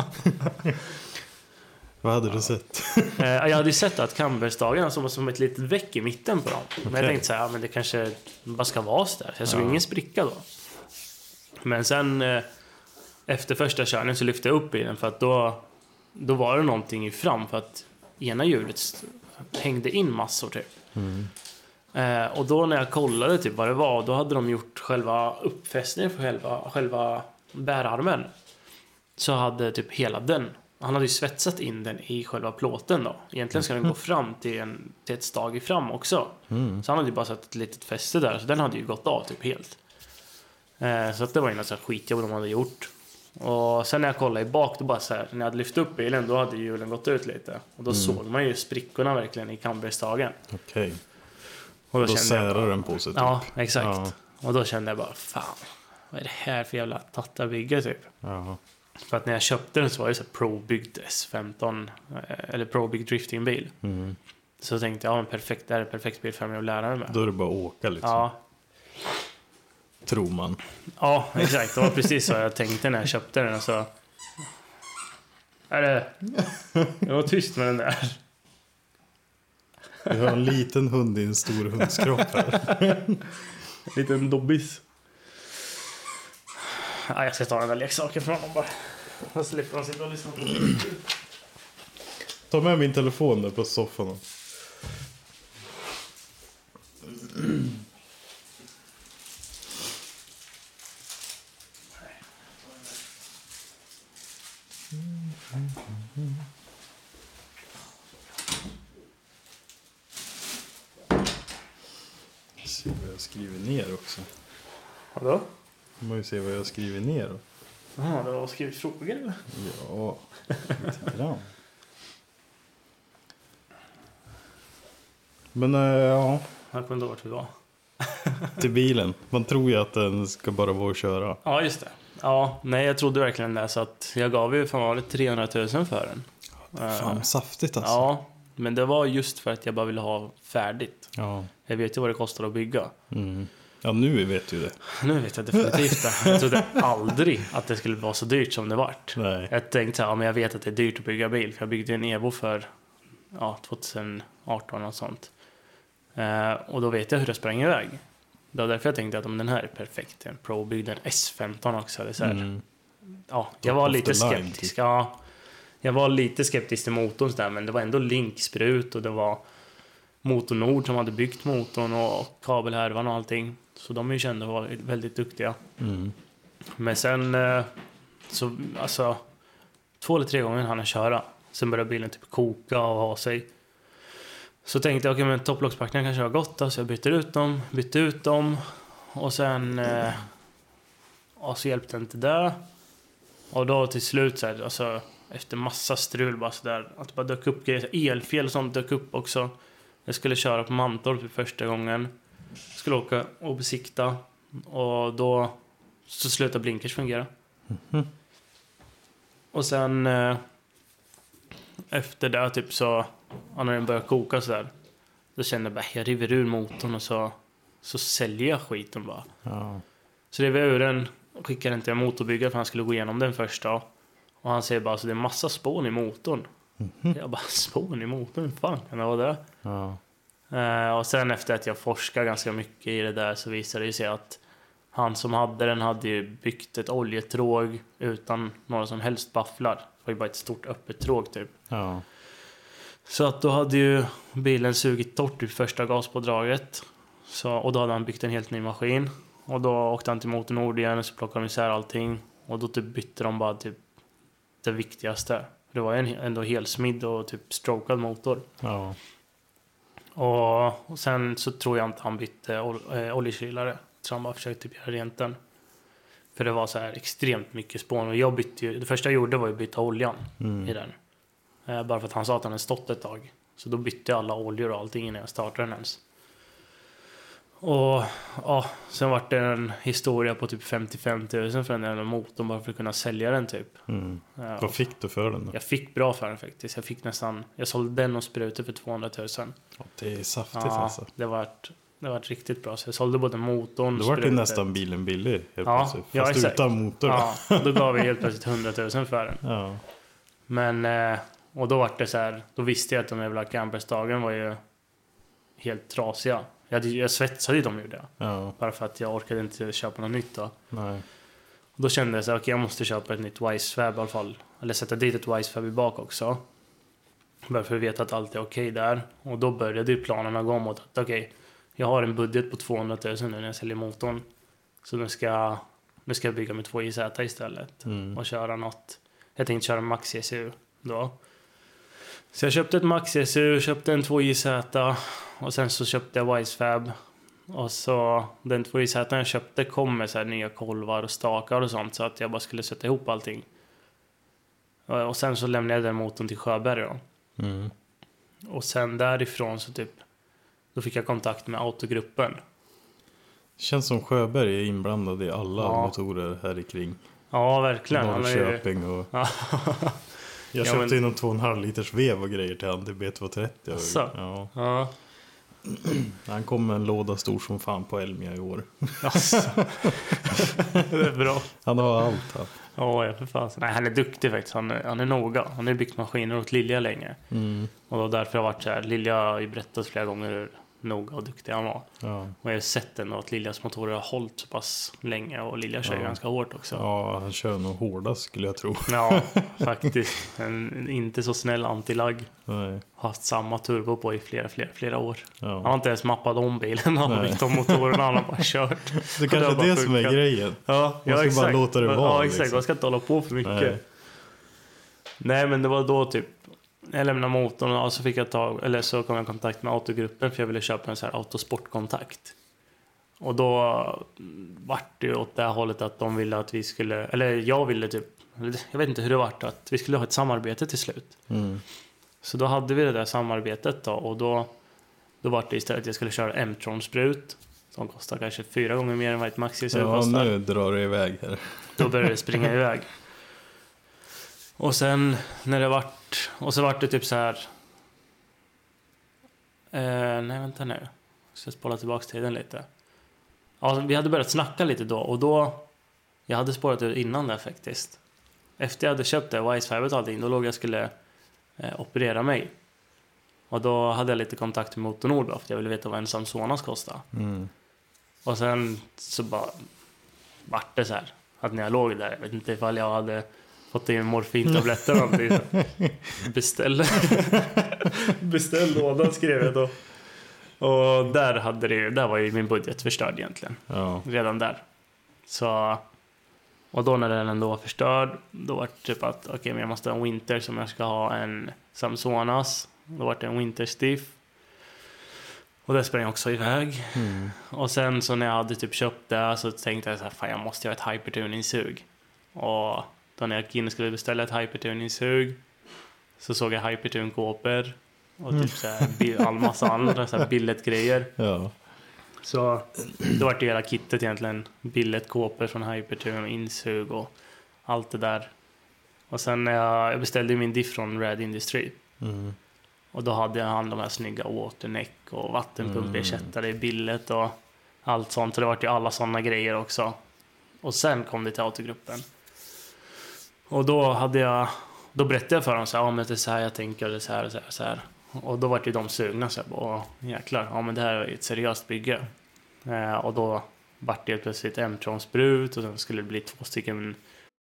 Vad hade du sett? Eh, jag hade ju sett att camberstagen som var som ett litet väck i mitten på dem. Men jag Okej. tänkte så här, ja, men det kanske bara ska vara så där. Så jag såg Ja. ingen spricka då. Men sen eh, efter första körningen så lyfte jag upp bilen för att då, då var det någonting i fram för att ena hjulet st- hängde in massor typ. Mm. Eh, och då när jag kollade typ vad det var, då hade de gjort själva uppfästningen för själva, själva bärarmen. Så hade typ hela den, han hade ju svetsat in den i själva plåten då. Egentligen ska den gå fram till, en, till ett stag i fram också. Mm. Så han hade ju bara satt ett litet fäste där, så den hade ju gått av typ helt. Eh, så att det var ju något så här skitjobb de hade gjort. Och sen när jag kollade i bak, då bara så här, när jag hade lyft upp bilen, då hade hjulen gått ut lite. Och då såg man ju sprickorna verkligen i camberstagen. Okej. Och Då kände jag särar bara- den på sig typ. Ja, exakt. Ja. Och då kände jag bara, fan, vad är det här för jävla tattabygge typ? Ja. För att när jag köpte den så var det så här Pro-byggd S femton, eh, eller Pro-byggd driftingbil. Mm. Så tänkte jag, ja men perfekt, det här är perfekt bil för mig att lära mig med. Då är det bara att åka liksom. Ja, Tror man. ja, exakt. Det var precis så jag tänkte när jag köpte den. Så... Är det... Jag var tyst med den där. Vi har en liten hund i en stor hundskropp här. En liten dobbis. Ja, jag ska ta den där leksaken från honom bara. Då slipper de sitta och lyssna på det. Ta med min telefon där på soffan. Se vad jag skriver ner också. Vadå? Man må ju se vad jag skriver ner då. Jaha, du har skrivit frågor eller? Ja, lite grann. Men äh, ja, Jag kommer inte ihåg vart vi var. till bilen. Man tror ju att den ska bara vara att köra. Ja, just det. Ja, nej, jag trodde verkligen det. Så att jag gav ju fan var det trehundratusen för den. Fan, saftigt alltså. Ja, men det var just för att jag bara ville ha färdigt. Ja. Jag vet ju vad det kostar att bygga. Mm. Ja, nu vet du det. Nu vet jag definitivt det. Jag trodde aldrig att det skulle vara så dyrt som det vart. Nej. Jag tänkte så här, ja, men jag vet att det är dyrt att bygga bil. För jag byggde en Evo för ja, tjugoarton och sånt. Eh, och då vet jag hur det sprang iväg. Det var därför jag tänkte att om den här är perfekt. En Pro byggde en S femton också. Det är så här, Mm. ja, jag var of lite the line, skeptisk. typ. Ja, jag var lite skeptisk till motorn så där, men det var ändå linksprut och det var Motor Nord som hade byggt motorn och kabelhärvan och allting. Så de är ju kända var väldigt duktiga. Mm. Men sen eh, så alltså två eller tre gånger hann jag köra. Sen började bilen typ koka och ha sig. Så tänkte jag, okej, men topplockspackningen kanske har gått då, så jag bytte ut dem, bytte ut dem och sen eh, och så hjälpte inte det. Och då till slut så här, alltså efter massa strul bara så där att det bara dök upp grejer, elfel och sånt dök upp också. Jag skulle köra på Mantorp för första gången. Jag skulle åka och besikta och då så slutade blinkers fungera. Mm. Och sen eh, efter det typ så, när den började koka så där, då kände jag bara, jag river ur motorn och så, så säljer jag skiten bara. Ja. Så river jag ur den, skickade den till en motorbyggare för han skulle gå igenom den först då. Och han säger bara, så det är massa spån i motorn. Mm-hmm. Jag bara, spån i motorn? Fan, kan det vara det? Ja. Uh, och sen efter att jag forskar ganska mycket i det där så visade det sig att han som hade den hade ju byggt ett oljetråg utan några som helst bafflar. Det var ju bara ett stort öppet tråg typ. Ja. Så att då hade ju bilen sugit torrt i första gaspådraget. Så, och då hade han byggt en helt ny maskin. Och då åkte han till Motornord igen och så plockade de isär allting. Och då typ bytte de bara typ det viktigaste. Det var en ändå helsmidd och typ strokad motor. Ja. Och, och sen så tror jag inte han bytte ol, äh, oljekrylare. Så han bara försökte typ göra rent den. För det var så här extremt mycket spån. Och jag bytte ju, det första jag gjorde var ju att byta oljan mm. i den. Eh, bara för att han sa att han hade stått ett tag. Så då bytte jag alla oljor och allting innan jag startade den ens. Och ja, sen var det en historia på typ femtiofem tusen för den där motorn bara för att kunna sälja den typ. Mm. Ja, vad fick du för den då? Jag fick bra för den faktiskt. Jag fick nästan, jag sålde den och sprutor för tvåhundratusen. Ja, det är saftigt ja, alltså. det var det var riktigt bra. Så jag sålde både motorn och då var det nästan bilen billig helt ja, plötsligt. ja, fast exakt. Utan motor. Ja, då gav vi helt plötsligt hundratusen för den. Ja. Men eh, och då var det så här, då visste jag att de jävla campersdagen var ju helt trasiga. Jag, hade, jag svetsade ju dem ju det. Ja. Bara för att jag orkade inte köpa något nytt då. Nej. Och då kände jag så här, okej okay, jag måste köpa ett nytt Wisefab i alla fall. Eller sätta dit ett Wisefab i bak också. Bara för att veta att allt är okej okay där. Och då började ju planerna gå mot att okej, okay, jag har en budget på tvåhundratusen nu när jag säljer motorn. Så nu ska, nu ska jag bygga med två I Z istället. Mm. Och köra något. Jag tänkte köra Max S U då. Så jag köpte ett Max S U, köpte en två I Z. Och sen så köpte jag Wisefab. Och så den två I Z jag köpte kom med så här nya kolvar och stakar och sånt. Så att jag bara skulle sätta ihop allting. Och sen så lämnade jag den motorn till Sjöberg då. Mm. Och sen därifrån så typ, då fick jag kontakt med autogruppen. Känns som Sjöberg är inblandad i alla ja. motorer här i kring. Ja, verkligen. Norrköping och... Ja. Jag köpte ja, men... in en två och en halv liters vev och grejer till han till B tvåhundratrettio. Alltså. Ja. Ja. Han kom med en låda stor som fan på Elmia i år. Alltså. Det är bra. Han har allt här. Ja, för fan. Nej, han är duktig faktiskt. Han är, han är noga. Han har byggt maskiner åt Lilja länge. Mm. Och då därför har jag varit så här. Lilja har ju berättat flera gånger hur noga och duktig han var. Ja. Och jag har sett ändå att Liljas motorer har hållit så pass länge. Och Lilja kör ja. ganska hårt också. Ja, han kör nog hårdast skulle jag tro. Ja, faktiskt. En inte så snäll antilagg. Nej. Haft samma turbo på i flera, flera, flera år. Ja. Han har inte ens mappat om bilen. Han har byggt om motorerna. Han har bara kört. Det kanske är det som är grejen. Ja, man ska ja, exakt. bara låta det vara. Ja, exakt. Liksom. Man ska inte hålla på för mycket. Nej. Nej, men det var då typ jag lämnade motorn och så fick jag ta, eller så kom jag i kontakt med autogruppen för jag ville köpa en så här autosportkontakt. Och då vart det ju åt det här hållet att de ville att vi skulle, eller jag ville typ, jag vet inte hur det vart, att vi skulle ha ett samarbete till slut. Mm. Så då hade vi det där samarbetet då och då, då var det istället att jag skulle köra M-tron-sprut som kostar kanske fyra gånger mer än vad ett Maxi S U ja, kostar. Nu drar det iväg här. Då började det springa iväg. Och sen när det vart, och så vart det typ så här. Eh, nej vänta nu. Jag ska spola tillbaka tiden lite. Ja, vi hade börjat snacka lite då och då, jag hade spårat ut innan det faktiskt. Efter jag hade köpt det, Wisefab och allting, då låg jag skulle eh, operera mig. Och då hade jag lite kontakt med Motornord för jag ville veta vad en Samsonas kostade. Mm. Och sen så bara vart det så här att när jag låg där, jag vet inte ifall jag hade fått in morfintabletter eller någonting. Beställ. Beställ lådan skrev jag då. Och där hade det, där var ju min budget förstörd egentligen. Ja. Redan där. Så och då när den ändå var förstörd, då var det typ att okej, okay, men jag måste ha en Winter som jag ska ha en Samsonas. Då var det en Winter Stiff. Och det sprang jag också iväg. Mm. Och sen så när jag hade typ köpt det så tänkte jag så här, fan jag måste göra ett hypertuning-sug. Och då när jag gick in och skulle beställa ett hypertuning-sug så såg jag hypertune-kåpor och typ så här all massa andra så här billet-grejer. Ja. Så det var det hela kittet egentligen. Billet-kåpor från hypertune och insug och allt det där. Och sen när jag, jag beställde min diff från Red Industry. Mm. Och då hade jag hand om de här snygga Waterneck och vattenpumpersättare i billet och allt sånt. Så det var ju alla sådana grejer också. Och sen kom det till autogruppen. Och då hade jag, då berättade jag för dem så här, ja men det är så här jag tänker, det är så här och så här, så här. Och då var det ju de sugna så här, åh jäklar, ja men det här är ett seriöst bygge. Eh, och då var det plötsligt M-trons brut och sen skulle det bli två stycken.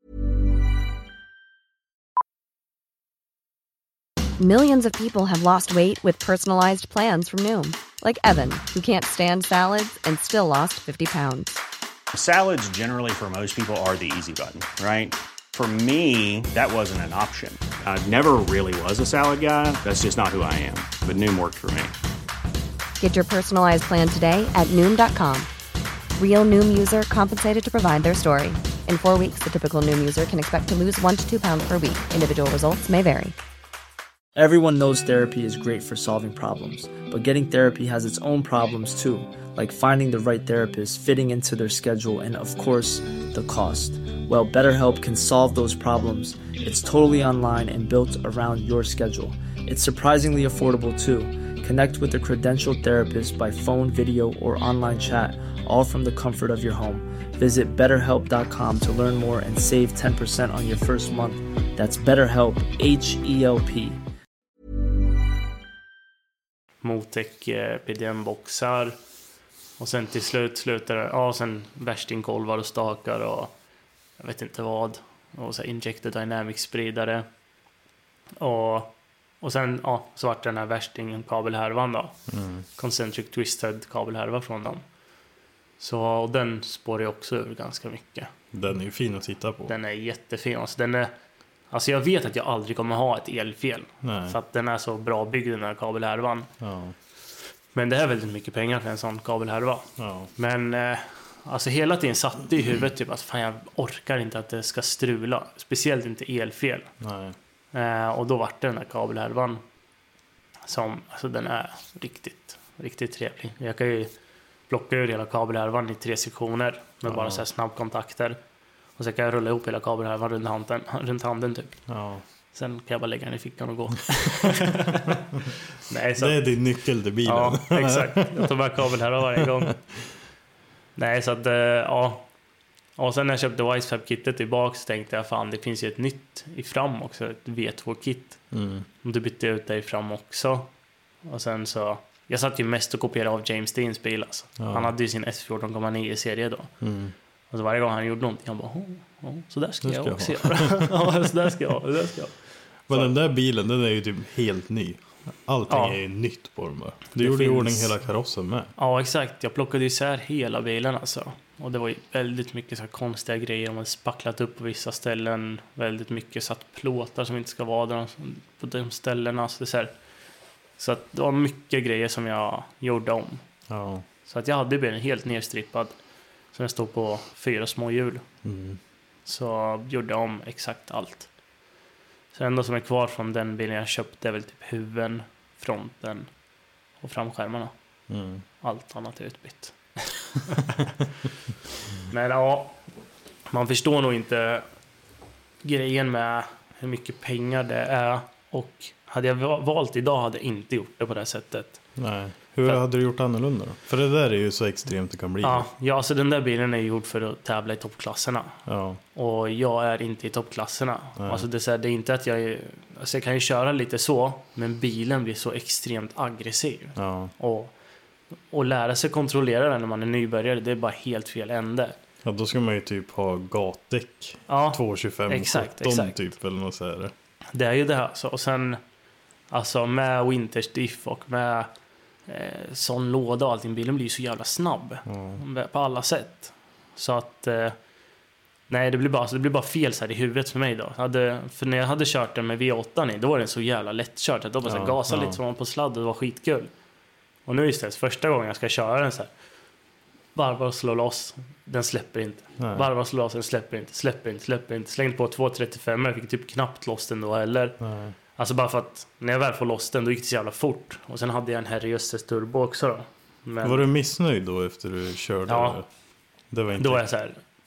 Millions of people have lost weight with personalized plans from Noom. Like Evan, who can't stand salads and still lost fifty pounds. Salads generally for most people are the easy button, right? For me, that wasn't an option. I never really was a salad guy. That's just not who I am. But Noom worked for me. Get your personalized plan today at Noom dot com. Real Noom user compensated to provide their story. In four weeks, the typical Noom user can expect to lose one to two pounds per week. Individual results may vary. Everyone knows therapy is great for solving problems, but getting therapy has its own problems too, like finding the right therapist, fitting into their schedule, and of course, the cost. Well, BetterHelp can solve those problems. It's totally online and built around your schedule. It's surprisingly affordable too. Connect with a credentialed therapist by phone, video, or online chat, all from the comfort of your home. Visit better help dot com to learn more and save ten percent on your first month. That's BetterHelp, H E L P. Motec eh, P D M-boxar. Och sen till slut slutar det, ja sen värstingkolvar och stakar och jag vet inte vad. Och så injected dynamics-spridare. Och, och sen ja, så vart den här värsting-kabelhärvan då. Mm. Concentric twisted kabelhärva från dem. Så och den spår jag också ur ganska mycket. Den är ju fin att titta på. Den är jättefin. Alltså, den är, alltså jag vet att jag aldrig kommer ha ett elfel. Nej. För att den är så bra byggd den här kabelhärvan. Ja. Men det är väldigt mycket pengar för en sån kabelhärva. Ja. Men eh, alltså hela tiden satt i huvudet typ att fan jag orkar inte att det ska strula. Speciellt inte elfel. Nej. Eh, och då vart det den här kabelhärvan som, alltså den är riktigt, riktigt trevlig. Jag kan ju plocka ur hela kabelhärvan i tre sektioner med ja. bara så här snabbkontakter. Och så kan jag rulla ihop hela kabelhärvan runt handen, runt handen typ. Ja. Sen kan jag bara lägga den i fickan och gå. Nej, så, det är din nyckel till bilen. Ja, exakt. Jag tar bara kabelhärvan varje gång. Nej, så att, ja. Och sen när jag köpte Wisefab-kittet tillbaka så tänkte jag, fan, det finns ju ett nytt i fram också. Ett V två-kit. Mm. Och då bytte jag ut det i fram också. Och sen så, jag satt ju mest och kopierade av James Deans bil alltså. Ja. Han hade ju sin S fjorton komma nio-serie då. Mm. Och så varje gång han gjorde någonting, han bara, oh, oh, så där ska, ska jag också göra. Ja, så där ska jag, så där ska jag. Men den där bilen, den är ju typ helt ny. Allting ja. är ju nytt på dem. Du det gjorde finns... i ordning hela karossen med. Ja, exakt. Jag plockade isär hela bilen alltså. Och det var ju väldigt mycket så här konstiga grejer. Man spacklat upp på vissa ställen. Väldigt mycket satt plåtar som inte ska vara där på de ställena. Så, det så, här. Så att det var mycket grejer som jag gjorde om. Ja. Så att jag hade bilen helt nedstrippad. Så den stod på fyra små hjul. Mm. Så gjorde jag om exakt allt. Så det enda som är kvar från den bilen jag köpte är väl typ huven, fronten och framskärmarna. Mm. Allt annat är utbytt. Men ja, man förstår nog inte grejen med hur mycket pengar det är. Och hade jag valt idag hade jag inte gjort det på det här sättet. Nej. Hur för, hade du gjort annorlunda då? För det där är ju så extremt det kan bli. Ja, ja, så den där bilen är gjord för att tävla i toppklasserna. Ja. Och jag är inte i toppklasserna. Nej. Alltså det är, så här, det är inte att jag är, alltså jag kan ju köra lite så, men bilen blir så extremt aggressiv. Ja. Och, och lära sig kontrollera den när man är nybörjare, det är bara helt fel ände. Ja, då ska man ju typ ha gatdäck. Ja, två tjugofem exakt, exakt. Typ eller något så här. Det är ju det här. Så, och sen alltså med winterstiff och med Eh, sån låda och allting, bilen blir ju så jävla snabb mm. på alla sätt. Så att eh, nej, det blir bara så det blir bara fel så här i huvudet för mig då. Hade, för när jag hade kört den med V åtta i, då var den så jävla lättkört att då bara ja, gasa ja. lite som man på sladd och det var skitkul. Och nu istället första gången jag ska köra den så här, varva och slå loss, den släpper inte. Nej. Varva och slå loss, den släpper inte, släpper inte, släpper inte. Slängde på två trettiofem, jag fick typ knappt loss den då heller. Nej. Alltså bara för att när jag väl får loss den, då gick det så jävla fort. Och sen hade jag en Herrejösses turbo också då. Men... Var du missnöjd då efter du körde? Ja, det var inte... då var jag så här,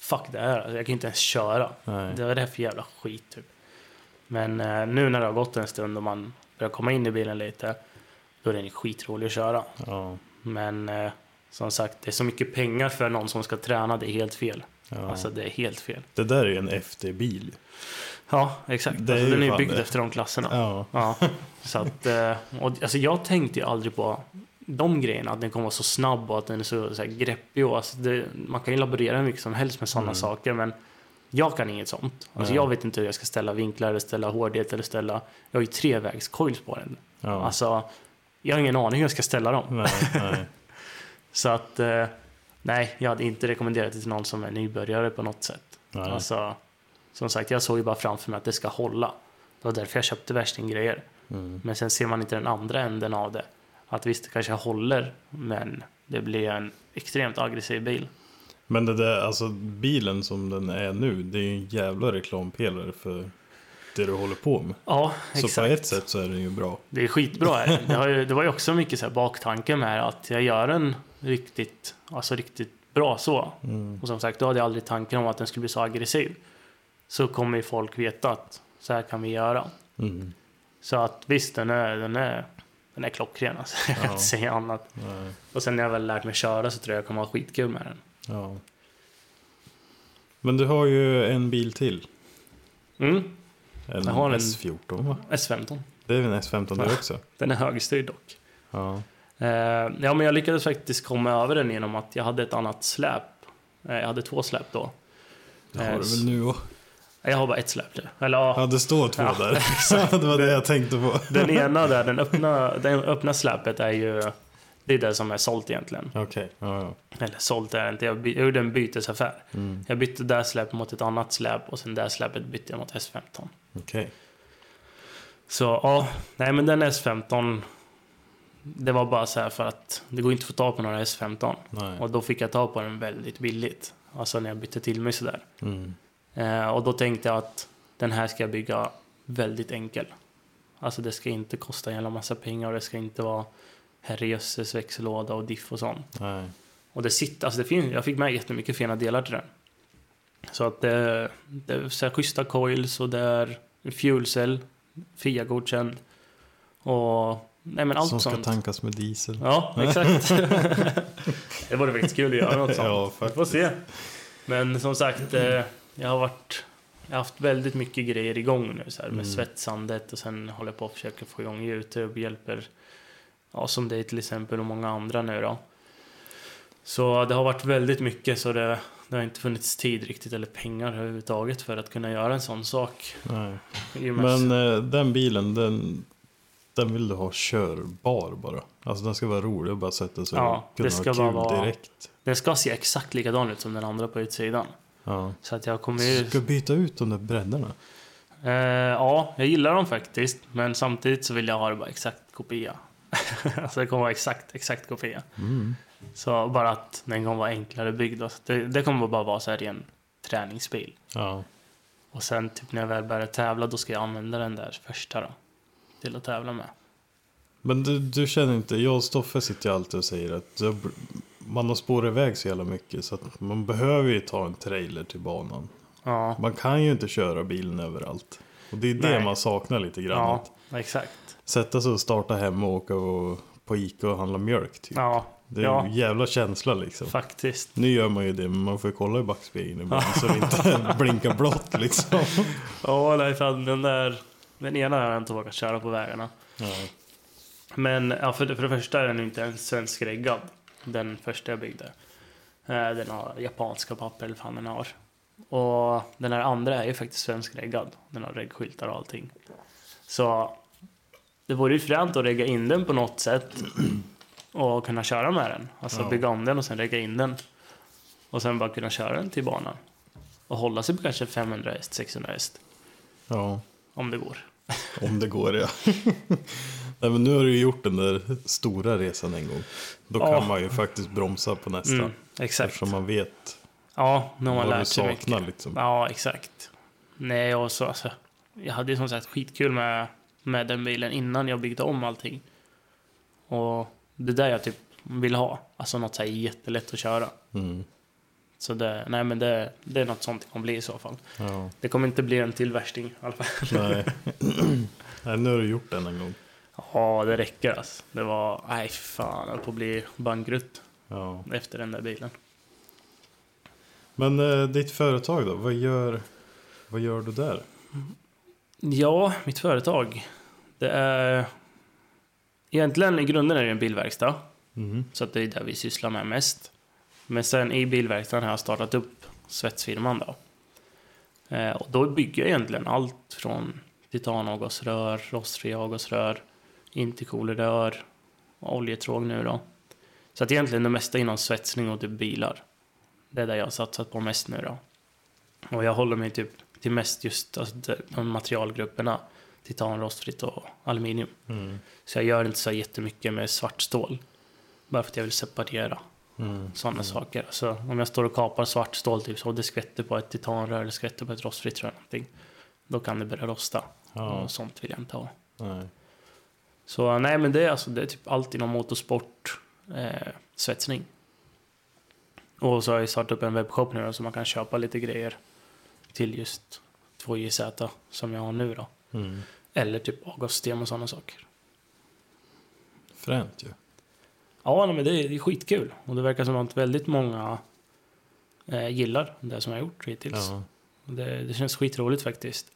fuck det här, alltså, jag kan inte ens köra. Nej. Det var det för jävla skit typ. Men eh, nu när det har gått en stund och man börjar komma in i bilen lite, då är den skitrolig att köra. Ja. Men eh, som sagt, det är så mycket pengar för någon som ska träna, det är helt fel. Ja. Alltså det är helt fel. Det där är ju en F D-bil. Ja, exakt. Det är alltså, ju den är ju fan byggd det. efter de klasserna. Ja. Ja. Så att, eh, och, alltså jag tänkte ju aldrig på de grejerna, att den kommer vara så snabb och att den är så, så här, greppig. Och, alltså, det, man kan ju laborera hur mycket som helst med sådana Mm. saker, men jag kan inget sånt. Alltså, Nej. jag vet inte hur jag ska ställa vinklar eller ställa hårdhet eller ställa... Jag har ju trevägs coils på den. Ja. Alltså, jag har ingen aning hur jag ska ställa dem. Nej, nej. Så att, eh, nej, jag hade inte rekommenderat det till någon som är nybörjare på något sätt. Nej. Alltså, som sagt, jag såg ju bara framför mig att det ska hålla. Det var därför jag köpte värstinggrejer. Mm. Men sen ser man inte den andra änden av det. Att visst, det kanske håller, men det blir en extremt aggressiv bil. Men det där, alltså bilen som den är nu, det är ju en jävla reklampelare för det du håller på med. Ja, Så exakt. på ett sätt så är den ju bra. Det är skitbra här. Det, har ju, det var ju också mycket så här baktanke med att jag gör en riktigt, alltså riktigt bra så. Mm. Och som sagt, då hade jag aldrig tanken om att den skulle bli så aggressiv. Så kommer ju folk veta att så här kan vi göra. Mm. Så att visst, den är, den är, den är klockren. Alltså. Jag kan Ja. inte säga annat. Nej. Och sen när jag väl lärt mig köra så tror jag jag kommer ha skitkul med den. Ja. Men du har ju en bil till. Mm. En Jag har en- S fjorton, va? S femton. Det är en S femton det också. Den är högstyrd dock. Ja. Eh, ja, men jag lyckades faktiskt komma över den genom att jag hade ett annat släp. Eh, jag hade två släp då. Det har Eh, du väl nu också? Jag har bara ett släp nu. Eller ja, Ja, det står två Ja, där. Det var det jag tänkte på. den ena där, den öppna, den öppna släpet är ju, det är det som är sålt egentligen. Okej, ja, ja. Eller sålt är det inte, jag, by, jag gjorde en bytesaffär. Mm. Jag bytte det släpet mot ett annat släp och sen det släpet bytte jag mot S femton. Okej. Så ja, nej men den S femton, det var bara så här för att det går inte att få tag på några S femton. Nej. Och då fick jag ta på den väldigt billigt. Alltså när jag bytte till mig sådär. Mm. Eh, och då tänkte jag att den här ska jag bygga väldigt enkel. Alltså det ska inte kosta en jävla massa pengar och det ska inte vara herrejösses växellåda och diff och sånt. Nej. Och det sitter, alltså det finns, jag fick med jättemycket fina delar till den. Så att det, det är så här schyssta coils och det är en fuel cell, F I A-godkänd. Och nej men allt Som ska sånt. tankas med diesel. Ja, exakt. Det var det faktiskt kul att göra något sånt. Ja, Vi faktiskt. får se. Men som sagt, eh, jag har varit, jag har haft väldigt mycket grejer igång nu så här, med Mm. svetsandet och sen håller jag på att försöka få igång YouTube, hjälper, ja, som dig till exempel och många andra nu då. Så det har varit väldigt mycket, så det, det har inte funnits tid riktigt eller pengar överhuvudtaget för att kunna göra en sån sak. Nej. I och med- Men eh, den bilen, den, den vill du ha körbar bara. Alltså den ska vara rolig och bara sätta sig Ja, och kunna det ska ha kul bara vara- direkt. Den ska se exakt likadan ut som den andra på utsidan. Ja. Så att jag kommer ju... Du ska byta ut de där breddarna. Eh, ja, jag gillar dem faktiskt. Men samtidigt så vill jag ha det bara exakt kopia. Alltså det kommer vara exakt, exakt kopia. Mm. Så bara att den kommer vara enklare byggd. då. Så Det, det kommer bara vara så här i en träningsbil. Ja. Och sen typ när jag väl börjar tävla, då ska jag använda den där första då. Till att tävla med. Men du, du känner inte, jag och Stoffe sitter ju alltid och säger att du, man har spårat iväg så jävla mycket så att man behöver ju ta en trailer till banan. Ja, Man kan ju inte köra bilen överallt. Och det är det Nej. man saknar lite grann. ja Att exakt. sätta sig och starta hemma och åka och, på Ica och handla mjölk typ. Ja, Det är ja en jävla känsla liksom. faktiskt. Nu gör man ju det, men man får ju kolla i backspegeln ibland så det inte blinkar blått liksom. Ja, nej, fan, den där... Den ena har jag inte vågat köra på vägarna. Ja. Men ja, för, det, för det första är den inte en svensk reggad. Den första jag byggde. Eh, Den har japanska papper eller fan den har. Och den här andra är ju faktiskt svensk reggad. Den har reggskyltar och allting. Så det vore ju fränt att regga in den på något sätt. Och kunna köra med den. Alltså Ja. bygga om den och sen regga in den. Och sen bara kunna köra den till banan. Och hålla sig på kanske femhundra häst, sexhundra häst. Ja, Om det går. om det går ja. Nej, men nu har du ju gjort den där stora resan en gång. Då Ja. kan man ju faktiskt bromsa på nästa. Mm, exakt. Eftersom man vet Ja, nu har man vad du lärt sig mycket. saknar liksom. Ja, exakt. Nej, och så, alltså, jag hade ju som sagt skitkul med, med den bilen innan jag byggde om allting. Och det där jag typ vill ha. Alltså något så här jättelätt att köra. Mm. Så det, nej, men det, det är något sånt det kommer bli i så fall. Ja. Det kommer inte bli en till värsting i alla fall. Nej. Nej, nu har du gjort den en gång. Ja, det räcker alltså. Det var, nej fan, jag på att bli bankrutt Ja. efter den där bilen. Men eh, ditt företag då? Vad gör, vad gör du där? Ja, mitt företag. Det är... Egentligen i grunden är det en bilverkstad. Mm. Så att det är där vi sysslar med mest. Men sen i bilverkstaden har jag startat upp svetsfirman då. Eh, och då bygger jag egentligen allt från titanavgasrör, rostfria avgasrör, intercoolerrör och oljetråg nu då. Så att egentligen det mesta inom svetsning och typ bilar. Det är där jag har satsat på mest nu då. Och jag håller mig typ till mest just alltså, de materialgrupperna. Titan, rostfritt och aluminium. Mm. Så jag gör inte så jättemycket med svart stål. Bara för att jag vill separera Mm. sådana mm. saker. Så om jag står och kapar svart stål typ, så det skvätter på ett titanrör eller skvätter på ett rostfritt rör någonting, då kan det börja rosta. Ja. Och sånt vill jag inte ha. Nej. Så nej, men det är, alltså, det är typ allt inom motorsport, eh, svetsning. Och så har jag startat upp en webbshop nu då, så man kan köpa lite grejer till just två J Z som jag har nu då. Mm. Eller typ avgassystem och sådana saker. Fränt ju. Ja, men det är, det är skitkul. Och det verkar som att väldigt många eh, gillar det som jag har gjort hittills. Ja. Det, det känns skitroligt faktiskt.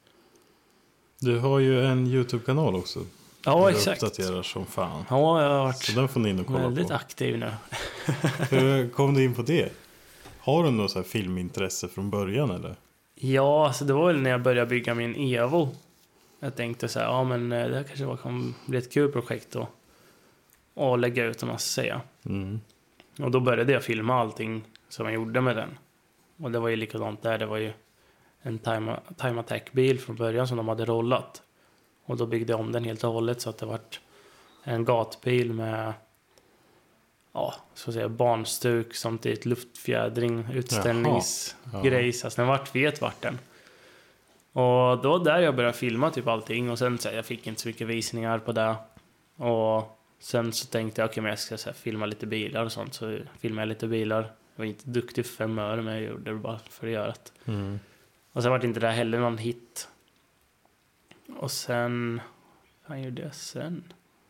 Du har ju en YouTube-kanal också. Ja, du exakt. uppdaterar som fan. Ja, jag har varit så den får ni in och kolla väldigt på. aktiv nu. Hur kom du in på det? Har du något så här filmintresse från början eller? Ja, alltså det var väl när jag började bygga min Evo. Jag tänkte så här, ja men det här kanske var, kan bli ett kul projekt då. Och lägga ut, om man ska säga. Mm. Och då började jag filma allting som jag gjorde med den. Och det var ju likadant där. Det var ju en time, time attack-bil från början som de hade rollat. Och då byggde jag om den helt och hållet så att det var en gatbil med ja, så att säga barnstuk, samtidigt luftfjädring, utställningsgrej. Så den vart vet vart den. Och då där jag började filma typ allting. Och sen så jag fick inte så mycket visningar på det. Och sen så tänkte jag, okej, okay, men jag ska så här, filma lite bilar och sånt. Så filmade jag lite bilar. Jag var inte duktig för fem öre, men jag gjorde det bara för att göra det. Mm. Och sen var det inte det heller någon hit. Och sen... Vad gjorde jag sen?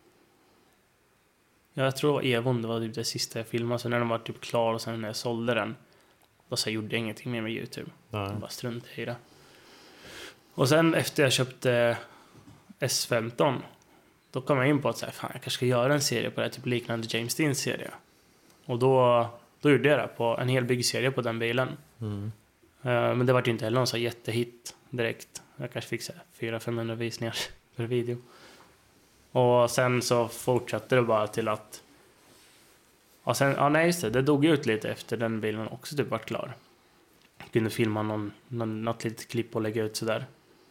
Ja, jag tror Evon, det var typ det sista jag filmade. Så när den var typ klar och sen när jag sålde den, då så gjorde jag ingenting mer med YouTube. Nej. Jag bara struntade i det. Och sen efter jag köpte S femton, då kom jag in på att så här, fan, jag kanske ska göra en serie på det, typ liknande James Deans serie. Och då, då gjorde jag det på en hel byggserie på den bilen. Mm. Uh, men det var ju inte heller någon så jättehit direkt. Jag kanske fick så här fyra till femhundra visningar per video. Och sen så fortsatte det bara till att... Och sen, ja nej just det, det dog ut lite efter den bilen också typ var klar. Jag kunde filma någon, någon, något litet klipp och lägga ut sådär.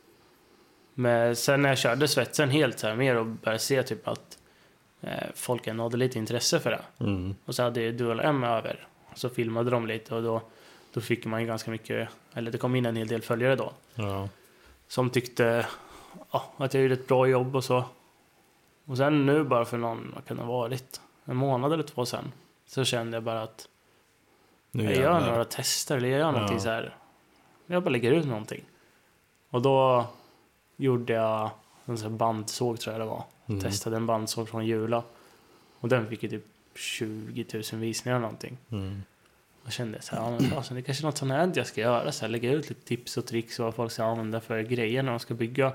Men sen när jag körde svetsen helt så här mer och började se typ att eh, folk ändå hade lite intresse för det. Mm. Och så hade jag Dual M över. Så filmade de lite och då, då fick man ju ganska mycket, eller det kom in en hel del följare då. Ja. Som tyckte ja, att jag gjorde ett bra jobb och så. Och sen nu bara för någon, vad kan det ha varit, en månad eller två sen, så kände jag bara att nu jag gör några tester eller jag gör någonting ja. Så här. Jag bara lägger ut någonting. Och då gjorde jag en sån här bandsåg tror jag det var. Mm. Testade en bandsåg från Jula. Och den fick ju typ tjugo tusen visningar eller någonting. Mm. Och kände så här, ja, men alltså, det är kanske något sånt här jag ska göra. Så här, lägga ut lite tips och tricks och vad folk ska använda för grejer när de ska bygga.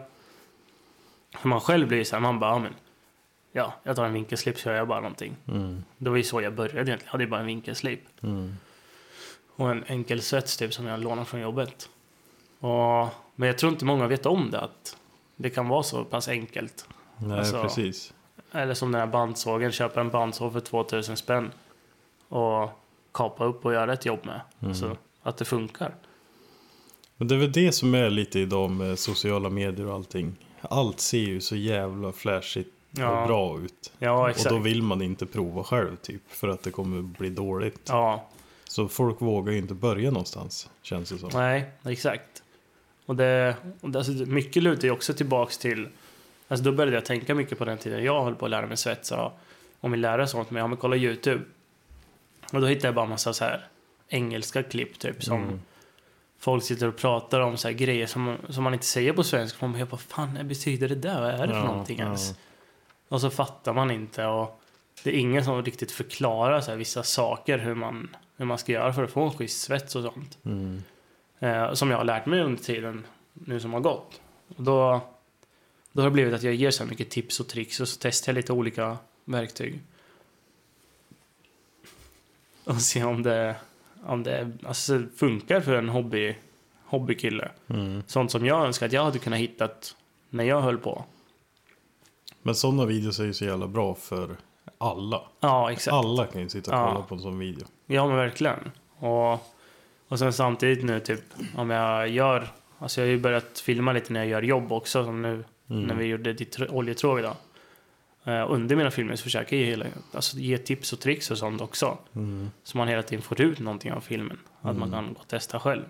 Så man själv blir så här, man bara, ja, men ja, jag tar en vinkelslip så gör jag bara någonting. Mm. Det var ju så jag började egentligen. Jag hade ju bara en vinkelslip. Mm. Och en enkel svets typ som jag lånade från jobbet. Och, men jag tror inte många vet om det. Att det kan vara så pass enkelt. Nej, alltså, precis. Eller som den här bandsågen. Köpa en bandsåg för tvåtusen spänn. Och kapa upp och göra ett jobb med. Mm. Alltså, att det funkar. Men det är väl det som är lite idag med sociala medier och allting. Allt ser ju så jävla flashigt ja. Och bra ut. Ja, exakt. Och då vill man inte prova själv typ. För att det kommer bli dåligt. Ja. Så folk vågar ju inte börja någonstans, känns det som. Nej, exakt. Och det, och det alltså, mycket lutar ju också tillbaks till... Alltså då började jag tänka mycket på den tiden. Jag höll på att lära mig svetsa. Om vi lär oss sånt, men jag har kolla YouTube. Och då hittade jag bara en massa så här engelska klipp typ som Mm. folk sitter och pratar om så här grejer som, som man inte säger på svenska. Man bara, vad fan betyder det där? Vad är det för Ja, någonting ja. ens? Och så fattar man inte. Och det är ingen som riktigt förklarar så här, vissa saker. Hur man, hur man ska göra för att få en schysst svets och sånt. Mm. Eh, som jag har lärt mig under tiden nu som har gått. Och då, då har det blivit att jag ger så här mycket tips och tricks. Och så testar jag lite olika verktyg. Och se om det, om det alltså, funkar för en hobby, hobbykille. Mm. Sånt som jag önskar att jag hade kunnat hitta när jag höll på. Men sådana videos är ju så jävla bra för alla. Ja, exakt. Alla kan ju sitta och kolla Ja. på en sån video. Ja, men verkligen. Och, och sen samtidigt nu typ om jag gör... Alltså jag har ju börjat filma lite när jag gör jobb också. Som nu Mm. när vi gjorde ditt oljetråg idag. Uh, under mina filmer så försöker jag ge, hela, alltså, ge tips och tricks och sånt också. Mm. Så man hela tiden får ut någonting av filmen. Att Mm. man kan gå och testa själv.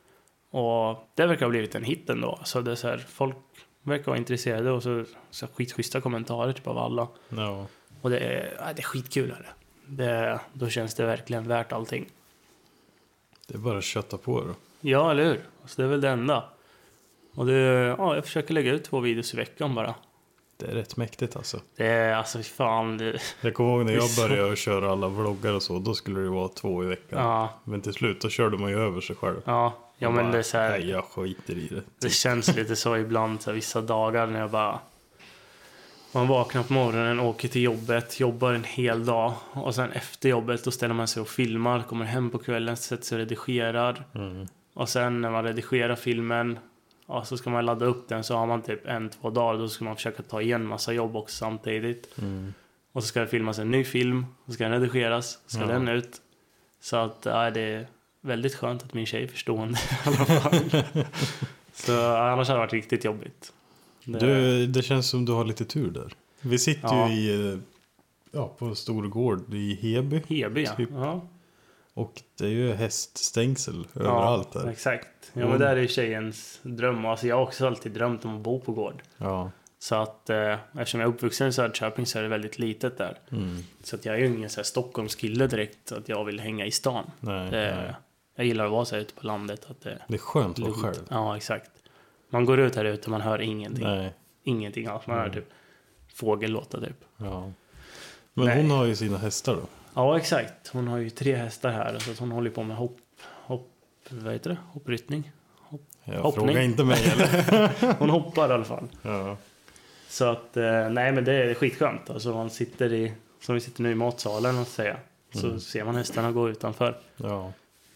Och det verkar ha blivit en hit ändå. Så det är så här, folk verkar vara intresserade. Och så, så skitschyssta kommentarer typ av alla. Ja. Och det är, ja, det är skitkul. Är det. Det, då känns det verkligen värt allting. Det är bara att kötta på då. Ja, eller hur? Alltså, det är väl det enda. Och det, ja, jag försöker lägga ut två videos i veckan bara. Det är rätt mäktigt alltså. Det är alltså fan... Det, Jag kommer ihåg när jag så- började köra alla vloggar och så. Då skulle det vara två i veckan. ja, Men till slut då körde man ju över sig själv. ja, ja, men det är så här... Nej, jag skiter i det. Det känns lite så ibland, så här, vissa dagar när jag bara... Man vaknar på morgonen, åker till jobbet, jobbar en hel dag. Och sen efter jobbet då ställer man sig och filmar, kommer hem på kvällen, sätter sig och redigerar. Mm. Och sen när man redigerar filmen, ja, så ska man ladda upp den, så har man typ en, två dagar. Då ska man försöka ta igen massa jobb också samtidigt. Mm. Och så ska det filmas en ny film, så ska den redigeras, ska Ja. den ut. Så att ja, det är väldigt skönt att min tjej är förstående i alla fall. Så ja, annars hade det varit riktigt jobbigt. Det, Du, det känns som du har lite tur där. Vi sitter Ja. ju i, eh, ja, på en stor gård i Heby. Heby, ja. Typ. Ja. Och det är ju häststängsel överallt Ja, där. exakt. Ja, Mm. men där är tjejens dröm. Alltså, jag har också alltid drömt om att bo på gård. Ja. Så att eh, eftersom jag är uppvuxen i Söderköping så är det väldigt litet där. Mm. Så att jag är ju ingen så här Stockholmskille direkt, att jag vill hänga i stan. Nej, Det, nej. jag gillar att vara så här ute på landet. Att det Det är skönt att vara lugnt. själv. Ja, exakt. Man går ut här ute och man hör ingenting. Nej. Ingenting alls. Man hör Mm. typ fågellåtar typ. Ja. Men Nej. hon har ju sina hästar då. Ja, exakt. Hon har ju tre hästar här. Så att hon håller på med hopp, hopp, vad heter det? Hoppryttning. Jag Hoppning. frågar inte mig eller? Hon hoppar i alla fall. Ja. Så att, eh, nej men det är skitskönt. Alltså man sitter i, som vi sitter nu i matsalen och säga. Så Mm. ser man hästarna gå utanför. Ja.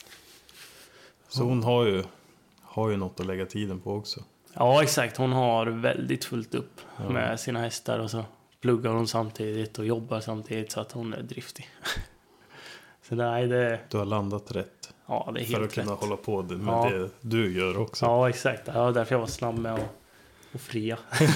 Så hon har ju, har ju något att lägga tiden på också. Ja, exakt. Hon har väldigt fullt upp Ja. med sina hästar. Och så pluggar hon samtidigt och jobbar samtidigt. Så att hon är driftig. Så nej, det, Du har landat rätt. ja, det är För att helt kunna rätt. hålla på det med Ja. det du gör också. Ja, exakt. Ja, därför jag var snabb med att, att fria.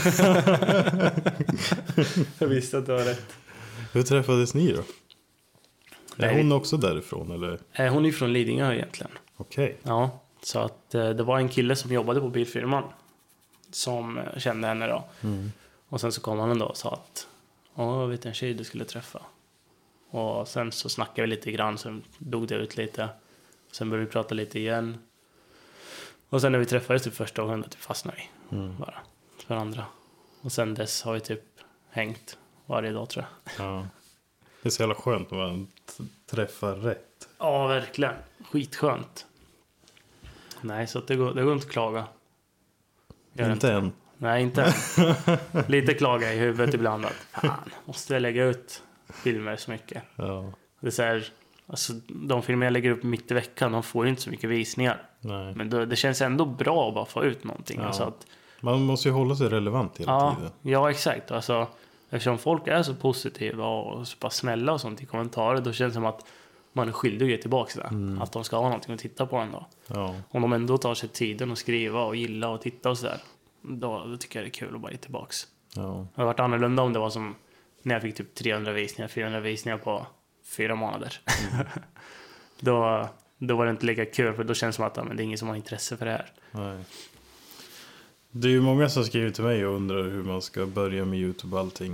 Jag visste att det var rätt. Hur träffades ni då? Är Nej, hon också därifrån eller? Eh, Hon är från Lidingö egentligen. Okej. Ja, så att eh, det var en kille som jobbade på bilfirman som eh, kände henne då. Mm. Och sen så kom han en dag och sa att ja, jag vet en tjej du skulle träffa. Och sen så snackade vi lite grann, sen dog det ut lite. Sen började vi prata lite igen. Och sen när vi träffades typ första gången då typ fastnade vi Mm. bara för andra. Och sen dess har vi typ hängt varje dag tror jag. Ja. Det är så jävla skönt när man t- träffar rätt. Ja, verkligen. Skitskönt. Nej, så att det går, det går inte att klaga. Gör Inte än. Nej, inte än. Lite klaga i huvudet ibland att fan, måste jag lägga ut filmer så mycket. Ja. Det är så här, alltså, de filmer jag lägger upp mitt i veckan, de får ju inte så mycket visningar. Nej. Men då, det känns ändå bra att bara få ut någonting. Ja. Alltså att, Man måste ju hålla sig relevant hela ja, tiden. ja, exakt. Alltså, eftersom folk är så positiva och så pass snälla och sånt i kommentarer, då känns det som att man är skyldig att ge tillbaka det. Mm. Att de ska ha någonting att titta på ändå. Ja. Om de ändå tar sig tiden att skriva och gilla och titta och sådär, då, då tycker jag det är kul att bara ge tillbaks. Ja. Det hade varit annorlunda om det var som när jag fick typ trehundra visningar, fyrahundra visningar på fyra månader. Mm. då, då var det inte lika kul, för då känns det som att ja, men det är ingen som har intresse för det här. Nej. Det är ju många som skriver till mig och undrar hur man ska börja med YouTube och allting.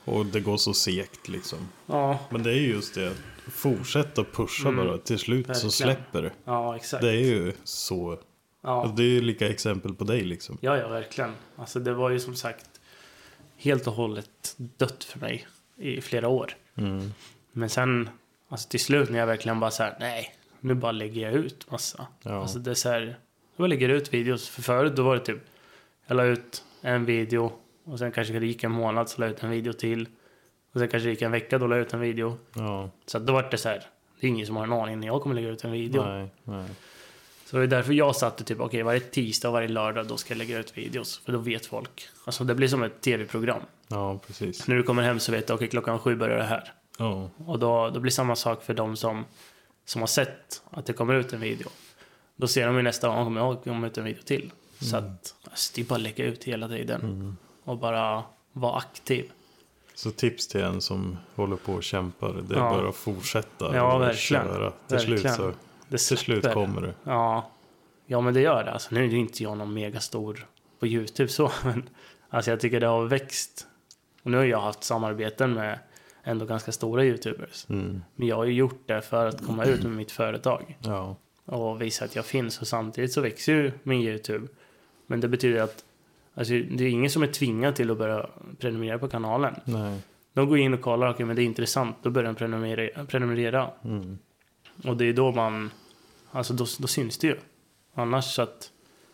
Och det går så segt liksom. Ja. Men det är ju just det. Fortsätta pusha mm. bara. Till slut verkligen. Så släpper det. Ja, exakt. Det är ju så. Ja. Alltså, det är ju lika exempel på dig liksom. Ja, ja, verkligen. Alltså det var ju som sagt helt och hållet dött för mig i flera år. Mm. Men sen, alltså till slut när jag verkligen bara så här, nej, nu bara lägger jag ut massa. Ja. Alltså det är så här, jag bara lägger ut videos. För förut då var det typ, jag la ut en video och sen kanske det gick en månad så la jag ut en video till. Och sen kanske det gick en vecka då la jag ut en video. Ja. Så då var det så här, det är ingen som har en aning när jag kommer lägga ut en video. Nej, nej. Så det är därför jag satte typ, okej, okay, varje tisdag och varje lördag då ska jag lägga ut videos. För då vet folk. Alltså det blir som ett tv-program. Ja, precis. När du kommer hem så vet du, okej, okay, klockan sju börjar det här. Ja. Och då, då blir samma sak för de som, som har sett att det kommer ut en video. Då ser de ju nästa gång kommer jag kommer ut en video till. Mm. Så att alltså, det är bara att lägga ut hela tiden. Mm. Och bara vara aktiv. Så tips till en som håller på och kämpar, det är ja. bara att fortsätta ja, och verkligen. köra. Till verkligen. slut så det till slut kommer det. Ja. Ja, men det gör det. Alltså, nu är ju inte jag någon megastor på YouTube så. Men alltså, jag tycker det har växt. Och nu har jag haft samarbeten med ändå ganska stora YouTubers. Mm. Men jag har ju gjort det för att komma ut med mitt företag. Ja. Och visa att jag finns. Och samtidigt så växer ju min YouTube. Men det betyder att alltså, det är ingen som är tvingad till att börja prenumerera på kanalen. Nej. De går in och kollar, okej, okay, men det är intressant. Då börjar de prenumerera. prenumerera. Mm. Och det är då man, alltså då, då syns det ju. Annars så att,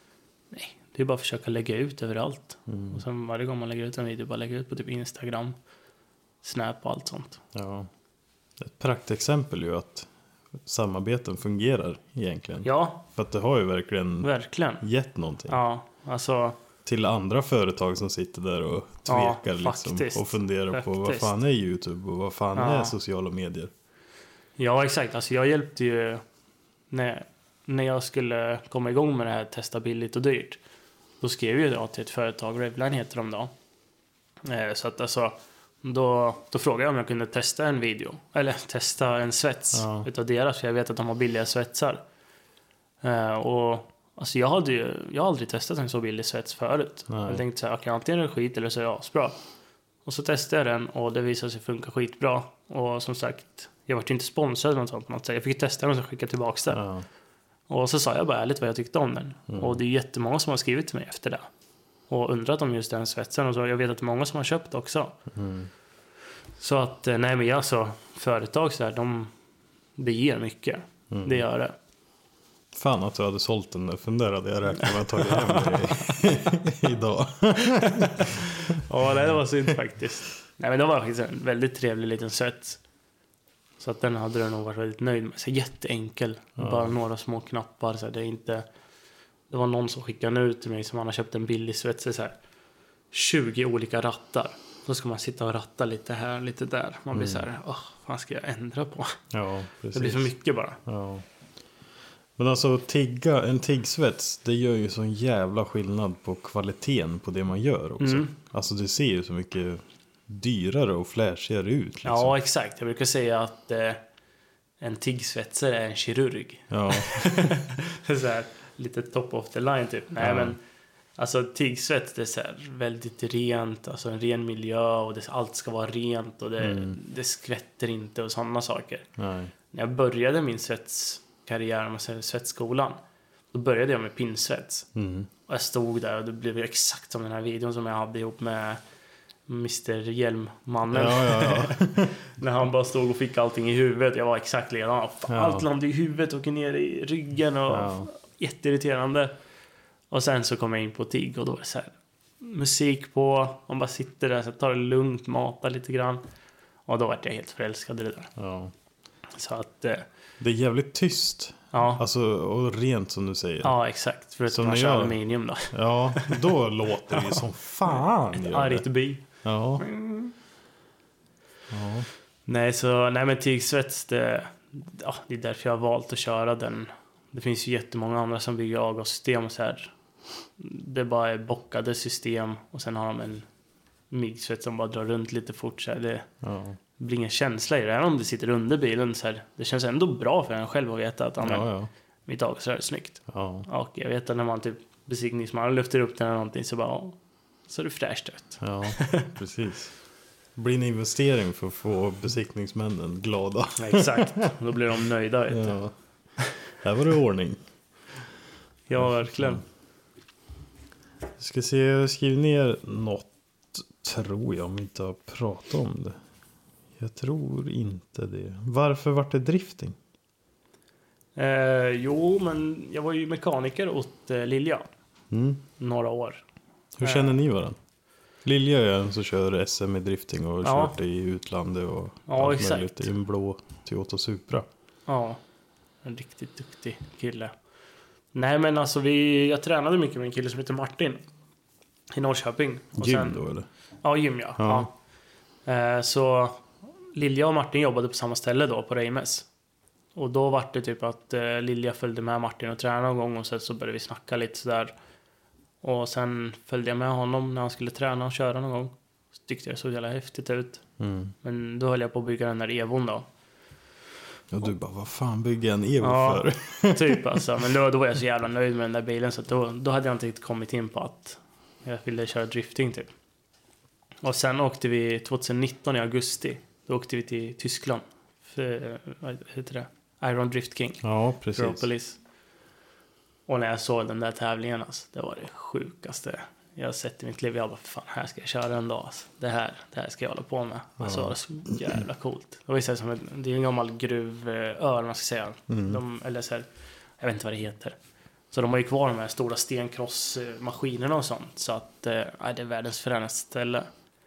nej, det är bara att försöka lägga ut överallt. Mm. Och sen varje gång man lägger ut en video, bara lägga ut på typ Instagram, Snap och allt sånt. Ja, ett praktexempel är ju att samarbeten fungerar egentligen. Ja. För att det har ju verkligen, verkligen. gett någonting. Ja, alltså till andra företag som sitter där och tvekar ja, liksom, och funderar faktiskt. På vad fan är YouTube och vad fan ja. är sociala medier. Ja, exakt. Alltså jag hjälpte ju när, när jag skulle komma igång med det här testa billigt och dyrt. Då skrev jag till ett företag, Revline heter de då. Eh, så att alltså då, då frågade jag om jag kunde testa en video. Eller testa en svets ja. utav deras. För jag vet att de har billiga svetsar. Eh, och alltså jag hade ju, jag har aldrig testat en så billig svets förut. Nej. Jag tänkte så här, okej, antingen är det skit eller så är det asbra. Och så testade jag den och det visade sig funka skitbra. Och som sagt, jag var ju inte sponsrad med sånt på något sätt. Jag fick testa den och så skicka tillbaka den. Ja. Och så sa jag bara ärligt vad jag tyckte om den. Mm. Och det är jättemånga som har skrivit till mig efter det. Och undrat om just den svetsen. Och så jag vet att det är många som har köpt också. Mm. Så att, nej men jag så företag så här, de, det ger mycket. Mm. Det gör det. Fan att du hade sålt den där. Funderade jag räknar med att ta hem det idag. Ja, det var synd faktiskt. Nej men det var faktiskt en väldigt trevlig liten svets. Så att den hade du nog varit väldigt nöjd med. Så jätteenkel. Ja. Bara några små knappar. Så det är inte... Det var någon som skickade ut till mig som han har köpt en billig svets. Så här, tjugo olika rattar. Så ska man sitta och ratta lite här, lite där. Man blir mm. så här, åh, vad ska jag ändra på? Ja, precis. Det blir för mycket bara. Ja. Men alltså tigga, en tiggsvets, det gör ju sån jävla skillnad på kvaliteten på det man gör också. Mm. Alltså det ser ju så mycket dyrare och flashigare ut. Liksom. Ja, exakt. Jag brukar säga att eh, en tiggsvetsare är en kirurg. Ja. Så här, lite top of the line typ. Nej, ja. men alltså tiggsvets, det är så här väldigt rent. Alltså en ren miljö och det, allt ska vara rent och det, mm. det skvätter inte och sådana saker. Nej. När jag började min svetskarriär med svetsskolan, då började jag med pinsvets. Mm. Och jag stod där och det blev exakt som den här videon som jag hade ihop med mister Hjälmmannen. Ja, ja, ja. När han bara stod och fick allting i huvudet. Jag var exakt likadan. Ja. Allt landade i huvudet och ner i ryggen. Och ja. Jätteirriterande. Och sen så kom jag in på tigg. Och då var det så här, musik på. Man bara sitter där, så tar det lugnt, matar lite grann. Och då var jag helt förälskad i det där. Ja. Så att... Eh, det är jävligt tyst. Ja. Alltså, och rent som du säger. Ja, exakt. Förutom att jag... aluminium då. Ja, då låter det som fan. Ett argt bi. Ja. ja. Nej, så nej men tiggsvets, det, ja, det är därför jag har valt att köra den. Det finns ju jättemånga andra som bygger avgassystem och så här. Det bara är bockade system och sen har de en myggsvets som bara drar runt lite fort så här. Det ja. blir ingen känsla i det. Även om det sitter under bilen så här, det känns ändå bra för en själv att veta att ja, ja. mitt avgasrör är snyggt. Ja. Och jag vet att när man typ besiktningsman lyfter upp den eller någonting så bara så är det fräscht ut. Ja, precis. blir en investering för att få besiktningsmännen glada. Ja, exakt, då blir de nöjda. Vet du. Ja. Här var det ordning. Ja, verkligen. Jag ska se, jag skriver ner något, tror jag, om vi inte har pratat om det. Jag tror inte det. Varför var det drifting? Eh, jo, men jag var ju mekaniker åt eh, Lilja. Mm. Några år. Hur känner ni varandra? Lilja är en som kör S M i drifting och Ja. kört i utlandet och Ja, allt exakt. möjligt i en blå Toyota Supra. Ja, en riktigt duktig kille. Nej, men alltså vi, jag tränade mycket med en kille som heter Martin i Norrköping. Och Gym sen, då eller? Ja, gym ja. Ja. ja. Eh, så Lilja och Martin jobbade på samma ställe då, på Reimes. Och då var det typ att eh, Lilja följde med Martin och tränade någon gång och sen så började vi snacka lite sådär. Och sen följde jag med honom när han skulle träna och köra någon gång. Så tyckte jag det såg jävla häftigt ut. Mm. Men då höll jag på att bygga den där Evon då. Och du bara, vad fan bygger jag en Evo Ja. för? Typ alltså. Men då, då var jag så jävla nöjd med den där bilen. Så att då, då hade jag inte riktigt kommit in på att jag ville köra drifting typ. Och sen åkte vi tjugonitton i augusti. Då åkte vi till Tyskland. För, vad heter det? Iron Drift King. Ja, precis. Propolis. Och när jag såg den där tävlingen alltså, det var det sjukaste jag har sett i mitt liv. Jag bara, fan, här ska jag köra en dag alltså. det, här, det här ska jag hålla på med. Alltså det var så jävla coolt. Det var ju så här som en, det är en gammal gruvör man ska säga. Mm. De, eller så här, jag vet inte vad det heter. Så de har ju kvar de här stora stenkrossmaskinerna och sånt. Så att eh, det är världens fränaste ställe.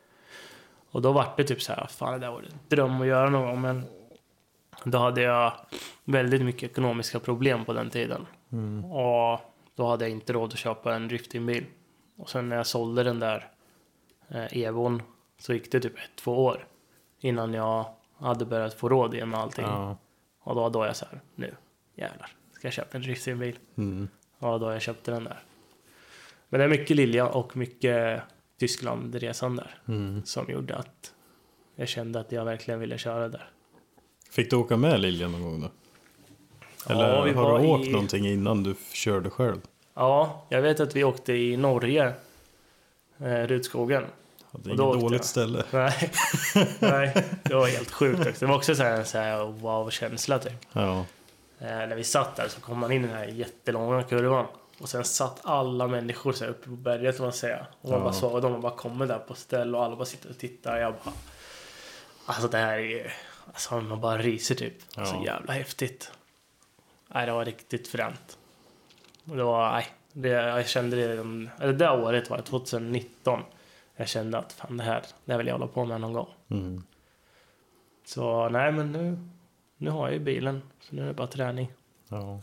Och då var det typ så här, fan det där var en dröm att göra någon gång. Men då hade jag väldigt mycket ekonomiska problem på den tiden. Mm. Och då hade jag inte råd att köpa en driftingbil. Och sen när jag sålde den där eh, Evon så gick det typ ett, två år innan jag hade börjat få råd igen med allting. Ja. Och då då jag så här, nu jävlar, ska jag köpa en driftingbil? Mm. Och då jag köpte den där. Men det är mycket Lilja och mycket Tysklandresan där Mm. som gjorde att jag kände att jag verkligen ville köra där. Fick du åka med Lilja någon gång då? Eller Ja, vi har var du åkt i- någonting innan du körde själv? Ja, jag vet att vi åkte i Norge, eh, Rudskogen. Ja, det är Och då inget åkte dåligt jag. ställe. Nej, nej, det var helt sjukt också. Det var också så här, så här wow-känsla typ. Ja. Eh, när vi satt där så kom man in i den här jättelånga kurvan. Och sen satt alla människor så här uppe på berget, kan man säga. Och man Ja. bara såg dem och bara kommer där på ställ och alla bara sitter och tittar. Jag bara, alltså det här är, alltså man bara ryser typ. Ja. Så jävla häftigt. Nej, det var riktigt fränt. Och det var, nej, det, jag kände det, eller det där året var det tjugonitton. Jag kände att fan det här, det här vill jag hålla på med någon gång. Mm. Så nej, men nu, nu har jag ju bilen. Så nu är det bara träning. Ja.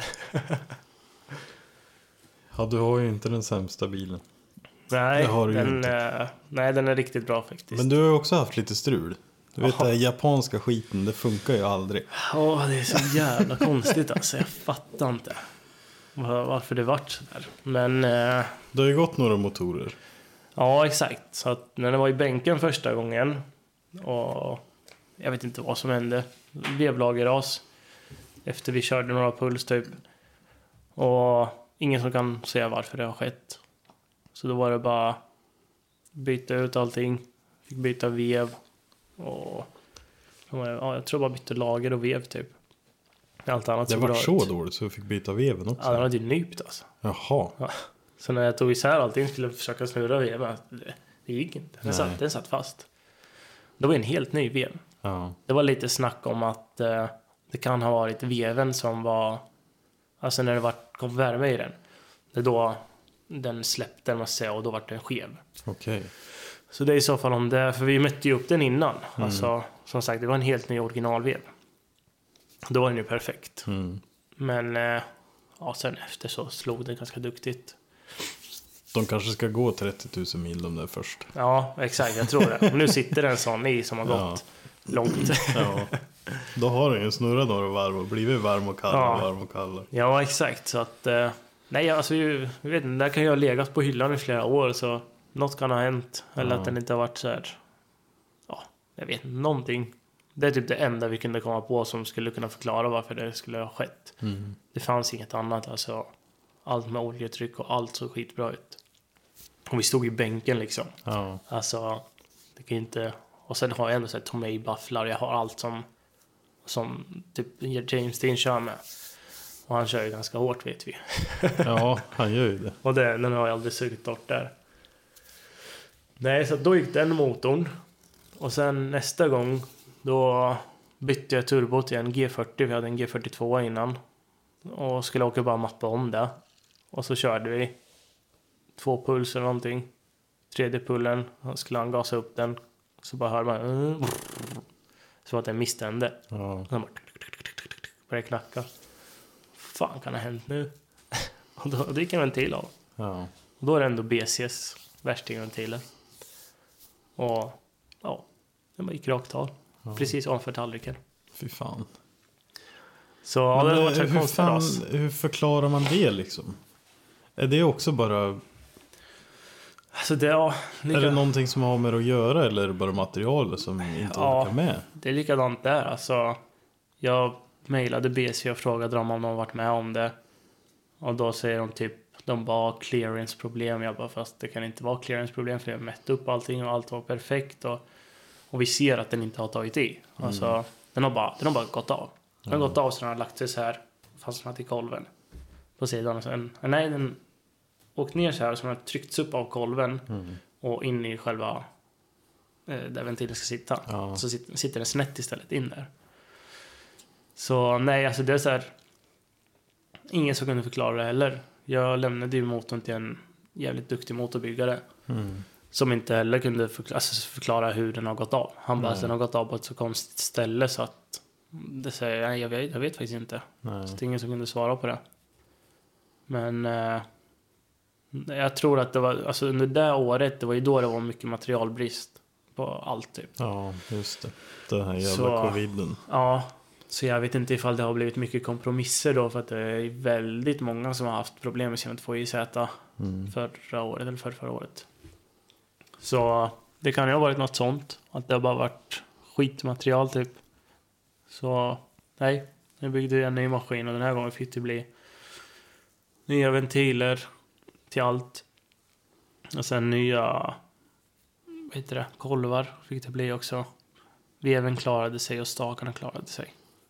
Ja, du har ju inte den sämsta bilen. Nej, Det har du ju den, inte. eh, nej, den är riktigt bra faktiskt. Men du har ju också haft lite strul. Du vet, Jaha. den japanska skiten, det funkar ju aldrig. Ja, det är så jävla konstigt alltså. Jag fattar inte var- varför det vart så där. Men eh, Det har ju gått några motorer. ja, exakt. Så att när det var i bänken första gången och jag vet inte vad som hände. Vevlagerras efter vi körde några puls typ. Och ingen som kan säga varför det har skett. Så då var det bara byta ut allting. Fick byta vev. Och ja, jag tror bara bytte lager och vev typ. Allt annat Det såg var bra så ut. dåligt så du fick byta veven också. Ja, den hade ju nypt alltså. Jaha. Ja. Så när jag tog isär allting skulle jag försöka snurra veven. Det, det gick inte. Den Nej. satt, den satt fast. Det var en helt ny vev. Ja. Det var lite snack om att eh, det kan ha varit veven som var... Alltså när det var, kom värme i den. Det är då den släppte, man säger, och då var den skev. Okej. Så det är i så fall om det... För vi mötte ju upp den innan. Alltså, som sagt, det var en helt ny originalvev. Då var den ju perfekt. Mm. Men eh, ja, sen efter så slog det ganska duktigt. De kanske ska gå trettio tusen mil de där först. Ja, exakt, jag tror det. Och nu sitter det en sån i som har Ja. gått långt. Ja. Då har den ju snurrat några varv och blivit varm och kall Ja. och varm och kall. Ja, exakt. Så att... Eh, nej, alltså, jag vet inte. Där kan ju ha legat på hyllan i flera år. Så något kan ha hänt. Eller Ja. att den inte har varit så här... Ja, jag vet inte. Någonting. Det är typ det enda vi kunde komma på som skulle kunna förklara varför det skulle ha skett. Mm. Det fanns inget annat. Alltså, allt med oljetryck och allt såg skitbra ut. Och vi stod i bänken liksom. Ja. Alltså, det kan ju inte Och sen har jag ändå så här Tomei-bufflar. Jag har allt som, som typ James Dean kör med. Och han kör ju ganska hårt, vet vi. Ja, han gör ju det. Och det, den har jag aldrig sugit bort där. Nej, så då gick den motorn. Och sen nästa gång, då bytte jag turbo till en G fyrtio. Vi hade en G fyrtiotvå innan. Och skulle åka bara mappa om det. Och så körde vi två puls eller någonting. Tredje pullen, och skulle han gasa upp den. Så bara hör man så att den misstände. Ja. Och sen bara började knacka. Fan kan det ha hänt nu? Och då, då gick en ventil av. Ja. Och då är det ändå B C S värstingventilen. Och ja, den bara gick rakt av. Ja. Precis ovanför tallriken. Fy fan. Så ja, det var hur, konstigt fan, ras. hur förklarar man det liksom? Är det också bara... Alltså det, ja, lika... Är det någonting som har med det att göra eller är det bara material som inte ja, orkar med? Det är likadant där. Alltså, jag mejlade B C och frågade dem om de har varit med om det. Och då säger de typ, de bara clearance-problem. Jag bara, fast det kan inte vara clearance-problem för jag har mätt upp allting och allt var perfekt. Och, och vi ser att den inte har tagit i. Alltså, mm. den, har bara, den har bara gått av. Den har mm. gått av så den har lagt sig så här, fastnat i kolven på sidan. Och sen, nej, den åkt ner så här så den har tryckts upp av kolven mm. och in i själva eh, där ventilen ska sitta. Ja. Så sitter, sitter den snett istället in där. Så nej, alltså det är så här, ingen som kunde förklara det heller. Jag lämnade ju motorn till en jävligt duktig motorbyggare mm. som inte heller kunde förklara, alltså förklara hur den har gått av. Han bara, den har gått av på ett så konstigt ställe så att det säger, nej, jag vet, jag vet faktiskt inte. Nej. Så det är ingen som kunde svara på det. Men eh, jag tror att det var, alltså under det året, det var ju då det var mycket materialbrist på allt typ. Ja, just det. Den här jävla så, coviden. Ja, så jag vet inte ifall det har blivit mycket kompromisser då, för att det är väldigt många som har haft problem med sina två I Z mm. förra året eller för förra året. Så det kan ju ha varit något sånt, att det har bara varit skitmaterial typ. Så nej, nu byggde jag en ny maskin och den här gången fick det bli nya ventiler till allt. Och sen nya, vad heter det, kolvar fick det bli också. Veven klarade sig och stakarna klarade sig.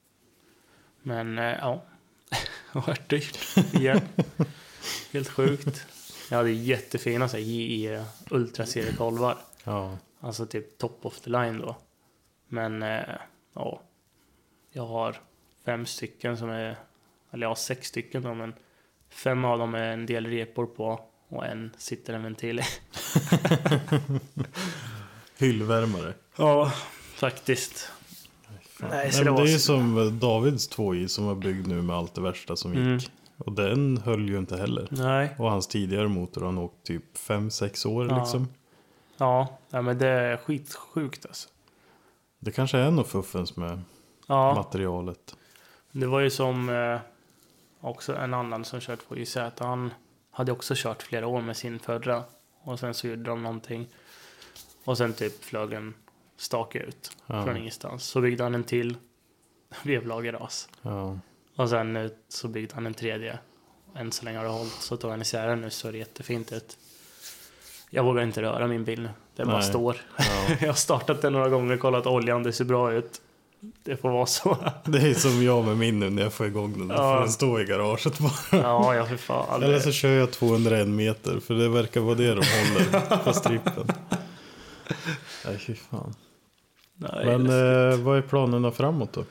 Men eh, ja, det var dyrt igen. Helt sjukt. Jag hade jättefina så här, J E Ultra-seriekolvar. Ja. Alltså typ top of the line då. Men eh, ja, jag har fem stycken som är, eller jag har sex stycken då, men fem av dem är en del repor på och en sitter en ventil i. Hyllvärmare. Ja, faktiskt. Nej, så Nej, det, det är ju som Davids två i som var byggd nu med allt det värsta som mm. gick. Och den höll ju inte heller. Nej. Och hans tidigare motor har åkt typ fem sex år ja. liksom. Ja, ja, men det är skitsjukt alltså. Det kanske är något fuffens med ja. materialet. Det var ju som eh, också en annan som kört på I Z. Han hade också kört flera år med sin förra. Och sen så gjorde de någonting. Och sen typ flög en stake ut ja. från ingenstans. Så byggde han en till vevlagerras. Ja. Och sen ut så byggde han en tredje. Än så länge har det hållit. Så tog han isär den nu så är det jättefint ut. Jag vågar inte röra min bil nu. Den bara står. Ja. Jag har startat den några gånger, kollat oljan, det ser bra ut. Det får vara så. Det är som jag med min nu när jag får igång den. Då ja. får den stå i garaget bara. Ja, jag för fan. Eller så kör jag tvåhundraen meter. För det verkar vara det de håller på strippen. Nej, fy fan. Nej, men eh, vad är planerna framåt då?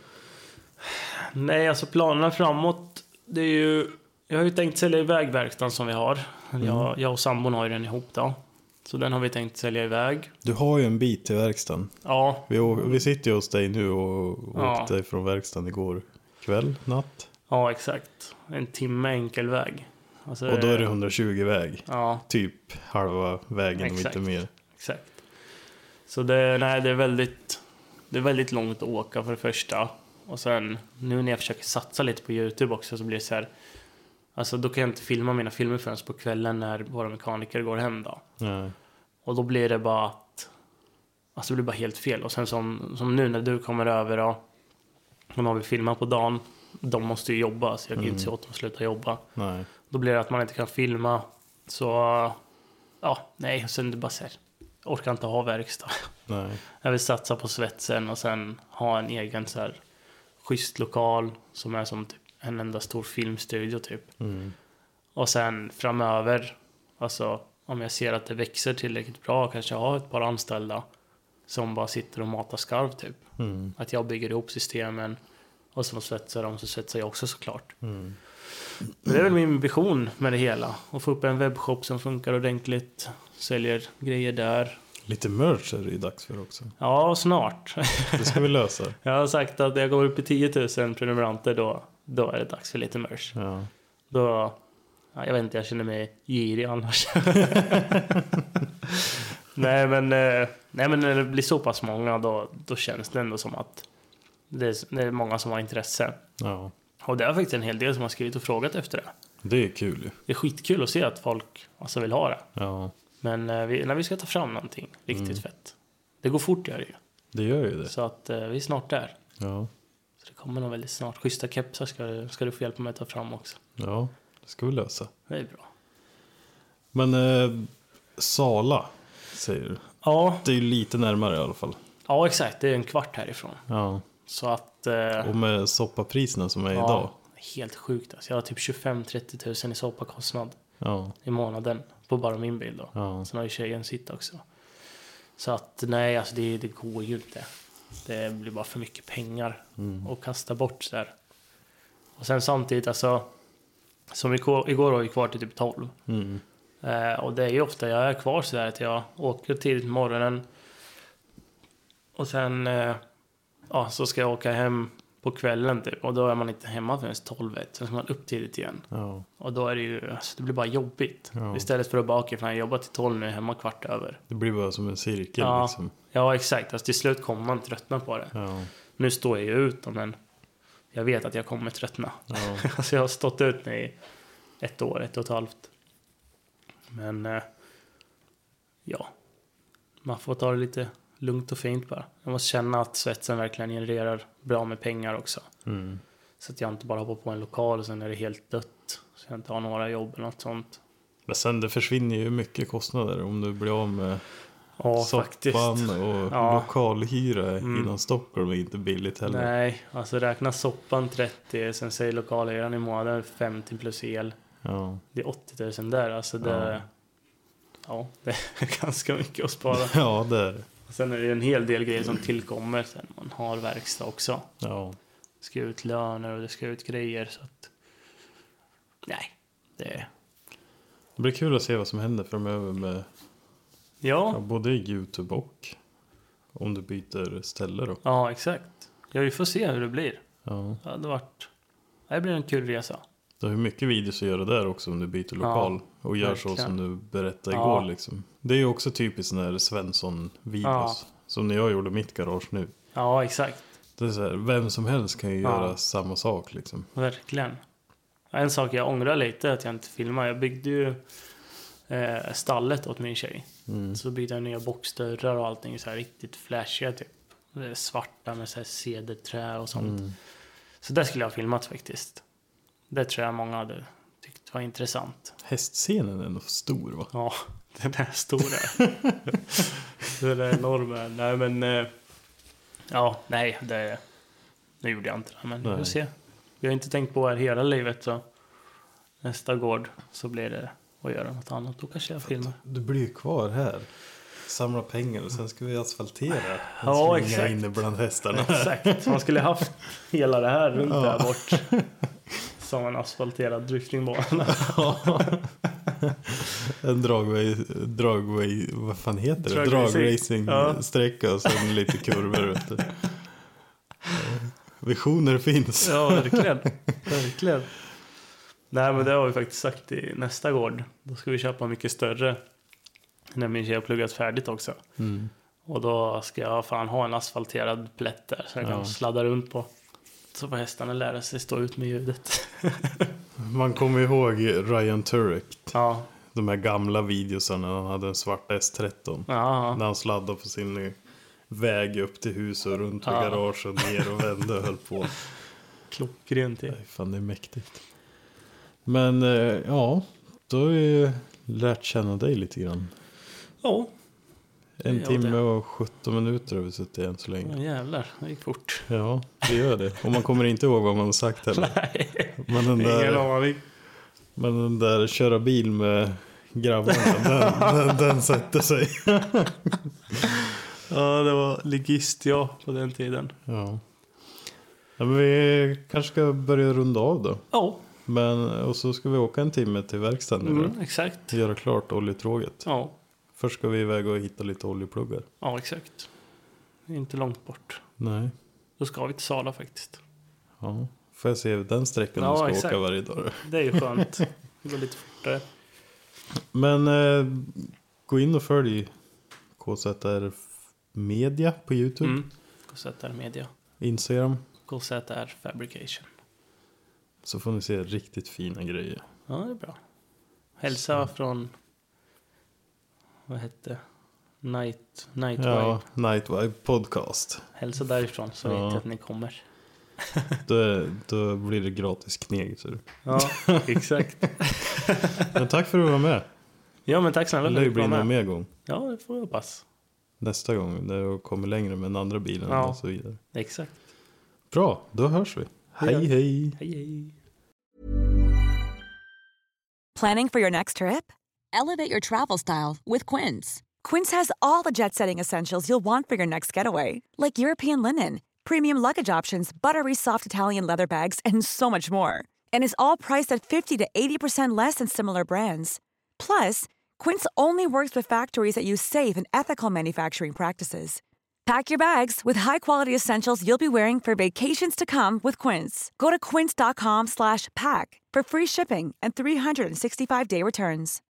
Nej, alltså planerna framåt, det är ju, jag har ju tänkt sälja iväg verkstaden som vi har. Mm. Jag, jag och sambon har ju den ihop då. Så den har vi tänkt sälja iväg. Du har ju en bit till verkstaden. Ja. Vi, vi sitter ju hos dig nu och ja. åkte från verkstaden igår kväll, natt. Ja, exakt. En timme enkel väg. Alltså, och då är det hundratjugo väg. Ja. Typ halva vägen exakt. och inte mer. Exakt. Så det, nej, det är väldigt det är väldigt långt att åka för det första. Och sen nu när jag försöker satsa lite på YouTube också så blir det så här. Alltså då kan jag inte filma mina filmer förrän på kvällen när våra mekaniker går hem då. Nej. Och då blir det bara att alltså det blir bara helt fel. Och sen som, som nu när du kommer över då, och har vi filmat på dagen, de måste ju jobba så jag kan mm. inte se åt dem att sluta jobba. Nej. Då blir det att man inte kan filma. Så ja, nej, sen det bara så här. jag orkar inte ha verkstad. Nej. Jag vill satsa på svetsen och sen ha en egen så här schysst lokal som är som typ en enda stor filmstudio typ. Mm. Och sen framöver, alltså om jag ser att det växer tillräckligt bra, kanske jag har ett par anställda som bara sitter och matar skarv typ. Mm. Att jag bygger ihop systemen och så svetsar de, så svetsar jag också såklart. Mm. Det är väl min vision med det hela. Att få upp en webbshop som funkar ordentligt, säljer grejer där. Lite merch är det ju dags för också. Ja, snart. Det ska vi lösa. Jag har sagt att när jag går upp i tio tusen prenumeranter då, då är det dags för lite merch. Ja. Då, ja, jag vet inte, jag känner mig girig annars. nej, men, nej men när det blir så pass många då, då känns det ändå som att det är, det är många som har intresse. Ja. Och det är faktiskt en hel del som har skrivit och frågat efter det. Det är kul ju. Det är skitkul att se att folk alltså vill ha det. Ja. Men eh, vi, när vi ska ta fram någonting riktigt mm. fett. Det går fort gör det ju. Det gör ju det. Så att eh, vi är snart där. Ja. Så det kommer nog väldigt snart. Schyssta kepsar ska, ska du få hjälpa mig att ta fram också. Ja, det ska vi lösa. Det är bra. Men eh, Sala säger du. Ja. Det är ju lite närmare i alla fall. Ja, exakt. Det är en kvart härifrån. Ja. Så att... Eh, och med soppapriserna som är ja, idag. Helt sjukt. Alltså, jag har typ tjugofem till trettio tusen i soppakostnad. Ja. I månaden. På bara min bil då. Ja. Sen har ju tjejen sitt också. Så att nej, alltså det, det går ju inte. Det blir bara för mycket pengar. Mm. Och kasta bort så där. Och sen samtidigt alltså. Som igår, igår var vi kvar till typ tolv. Mm. Eh, och det är ju ofta jag är kvar så där att jag åker tidigt på morgonen. Och sen eh, ja, så ska jag åka hem på kvällen typ. Och då är man inte hemma förrän tolv. Sen ska man upp tidigt igen. Ja. Och då är det ju, alltså, det blir bara jobbigt. Ja. Istället för att bara åka, för jag jobbar till tolv nu, hemma kvart över. Det blir bara som en cirkel ja. liksom. Ja, exakt. Alltså, till slut kommer man tröttna på det. Ja. Nu står jag ju ut, men jag vet att jag kommer tröttna. Ja. Alltså jag har stått ut med i ett år, ett och ett halvt. Men eh, ja, man får ta det lite lugnt och fint bara. Jag måste känna att svetsen verkligen genererar bra med pengar också. Mm. Så att jag inte bara hoppar på en lokal och sen är det helt dött. Så jag inte har några jobb eller något sånt. Men sen det försvinner ju mycket kostnader om du blir av med ja, soppan faktiskt. och ja. lokalhyra mm. inom Stockholm är inte billigt heller. Nej, alltså räkna soppan trettio, sen säger lokalhyran i månaden femtio plus el. Ja. Det är åttio tusen där, alltså det, ja. ja, det är ganska mycket att spara. Ja, det är det. Sen är det en hel del grejer som tillkommer sen man har verkstad också. Ja. Det ska ut löner och det ska ut grejer så att nej, det är... Det blir kul att se vad som händer framöver med ja. Ja, både YouTube och om du byter ställe då. Ja, exakt. Ja, vi får se hur det blir. Ja. Det hade varit... Det blir en kul resa. Du har ju mycket videos att göra där också om du byter lokal. Ja, och gör verkligen. Så som du berättade igår ja. Liksom. Det är ju också typiskt sådana här Svensson-videos. Ja. Som när jag gjorde mitt garage nu. Ja, exakt. Det är så här, vem som helst kan ju ja. Göra samma sak liksom. Verkligen. En sak jag ångrar lite att jag inte filmar. Jag byggde ju eh, stallet åt min tjej. Mm. Så byggde jag nya boxdörrar och allting så här riktigt flashiga typ. Det är svarta med så här cederträ och sånt. Mm. Så det skulle jag ha filmat faktiskt. Det tror jag många hade tyckt var intressant. Hästscenen är nog stor va? Ja, den är stor. Den är enorm. Nej men... Eh, ja, nej. Det, det gjorde jag inte. Men vi får se. Vi har inte tänkt på det här hela livet så... Nästa gård så blir det att göra något annat. Då kanske jag filmar. Du blir ju kvar här. Samla pengar och sen ska vi asfaltera. Ja, exakt. Inne bland hästarna. Exakt. Man skulle haft hela det här runt ja. Där bort. Som en asfalterad driftingbana. Ja. En dragway, dragway, vad fan heter det? Dragracing ja. Sträcka och sen lite kurvor ute. Visioner finns. Ja, verkligen. Verkligen. Nej, men det har vi faktiskt sagt i nästa gård. Då ska vi köpa mycket större. När min tjej har pluggat färdigt också. Mm. Och då ska jag fan ha en asfalterad plätt där. Så jag kan ja. Sladda runt på. Så får hästarna lära sig stå ut med ljudet. Man kommer ihåg Ryan Turek. Ja. De här gamla videosarna när han hade en svart S tretton. Ja. När han sladdade på sin väg upp till huset och runt ja. Garage och ner och vände och höll på. Klockrent. Ja. Fan, det är mäktigt. Men ja, då har vi lärt känna dig lite grann. Ja. En Ja, timme det. och sjutton minuter har vi suttit än så länge. Ja, jävlar, det gick fort. Ja, det gör det. Och man kommer inte ihåg vad man har sagt heller. Nej, Men den ingen där, aning. men den där köra bil med grabbarna, den, den, den sätter sig. Ja, det var ligist jag på den tiden. Ja. Ja, men vi kanske ska börja runda av då. Ja, Men, och så ska vi åka en timme till verkstaden nu mm, exakt. då. Göra klart oljetråget. Ja, Först ska vi iväg och hitta lite oljepluggar. ja, exakt. Det är inte långt bort. Nej. Då ska vi till Sala faktiskt. Ja. Får jag se den sträckan Ja, du ska exakt. åka varje dag då. Det är ju skönt. Det går lite fortare. Men eh, gå in och följ K Z R Media på YouTube. Mm. K Z R Media. Instagram. K Z R Fabrication. Så får ni se riktigt fina grejer. Ja, det är bra. Hälsa från... Vad hette Night, Nightwave. Ja, Nightwave podcast. Hälsa därifrån så Ja. vet jag att ni kommer. Då, då blir det gratis kneg. Så. Ja, exakt. Men tack för att du var med. Ja, men tack snälla Det för lär ju att du bli var någon med. mer gång. Ja, det får jag hoppas. Nästa gång när du kommer längre med den andra bilen Ja. och så vidare. Exakt. Bra, då hörs vi. gör Hej vi. hej. Hej, hej. Planning for your next trip? Elevate your travel style with Quince. Quince has all the jet-setting essentials you'll want for your next getaway, like European linen, premium luggage options, buttery soft Italian leather bags, and so much more. And is all priced at fifty to eighty percent less than similar brands. Plus, Quince only works with factories that use safe and ethical manufacturing practices. Pack your bags with high-quality essentials you'll be wearing for vacations to come with Quince. Go to quince.com slash pack for free shipping and three sixty-five day returns.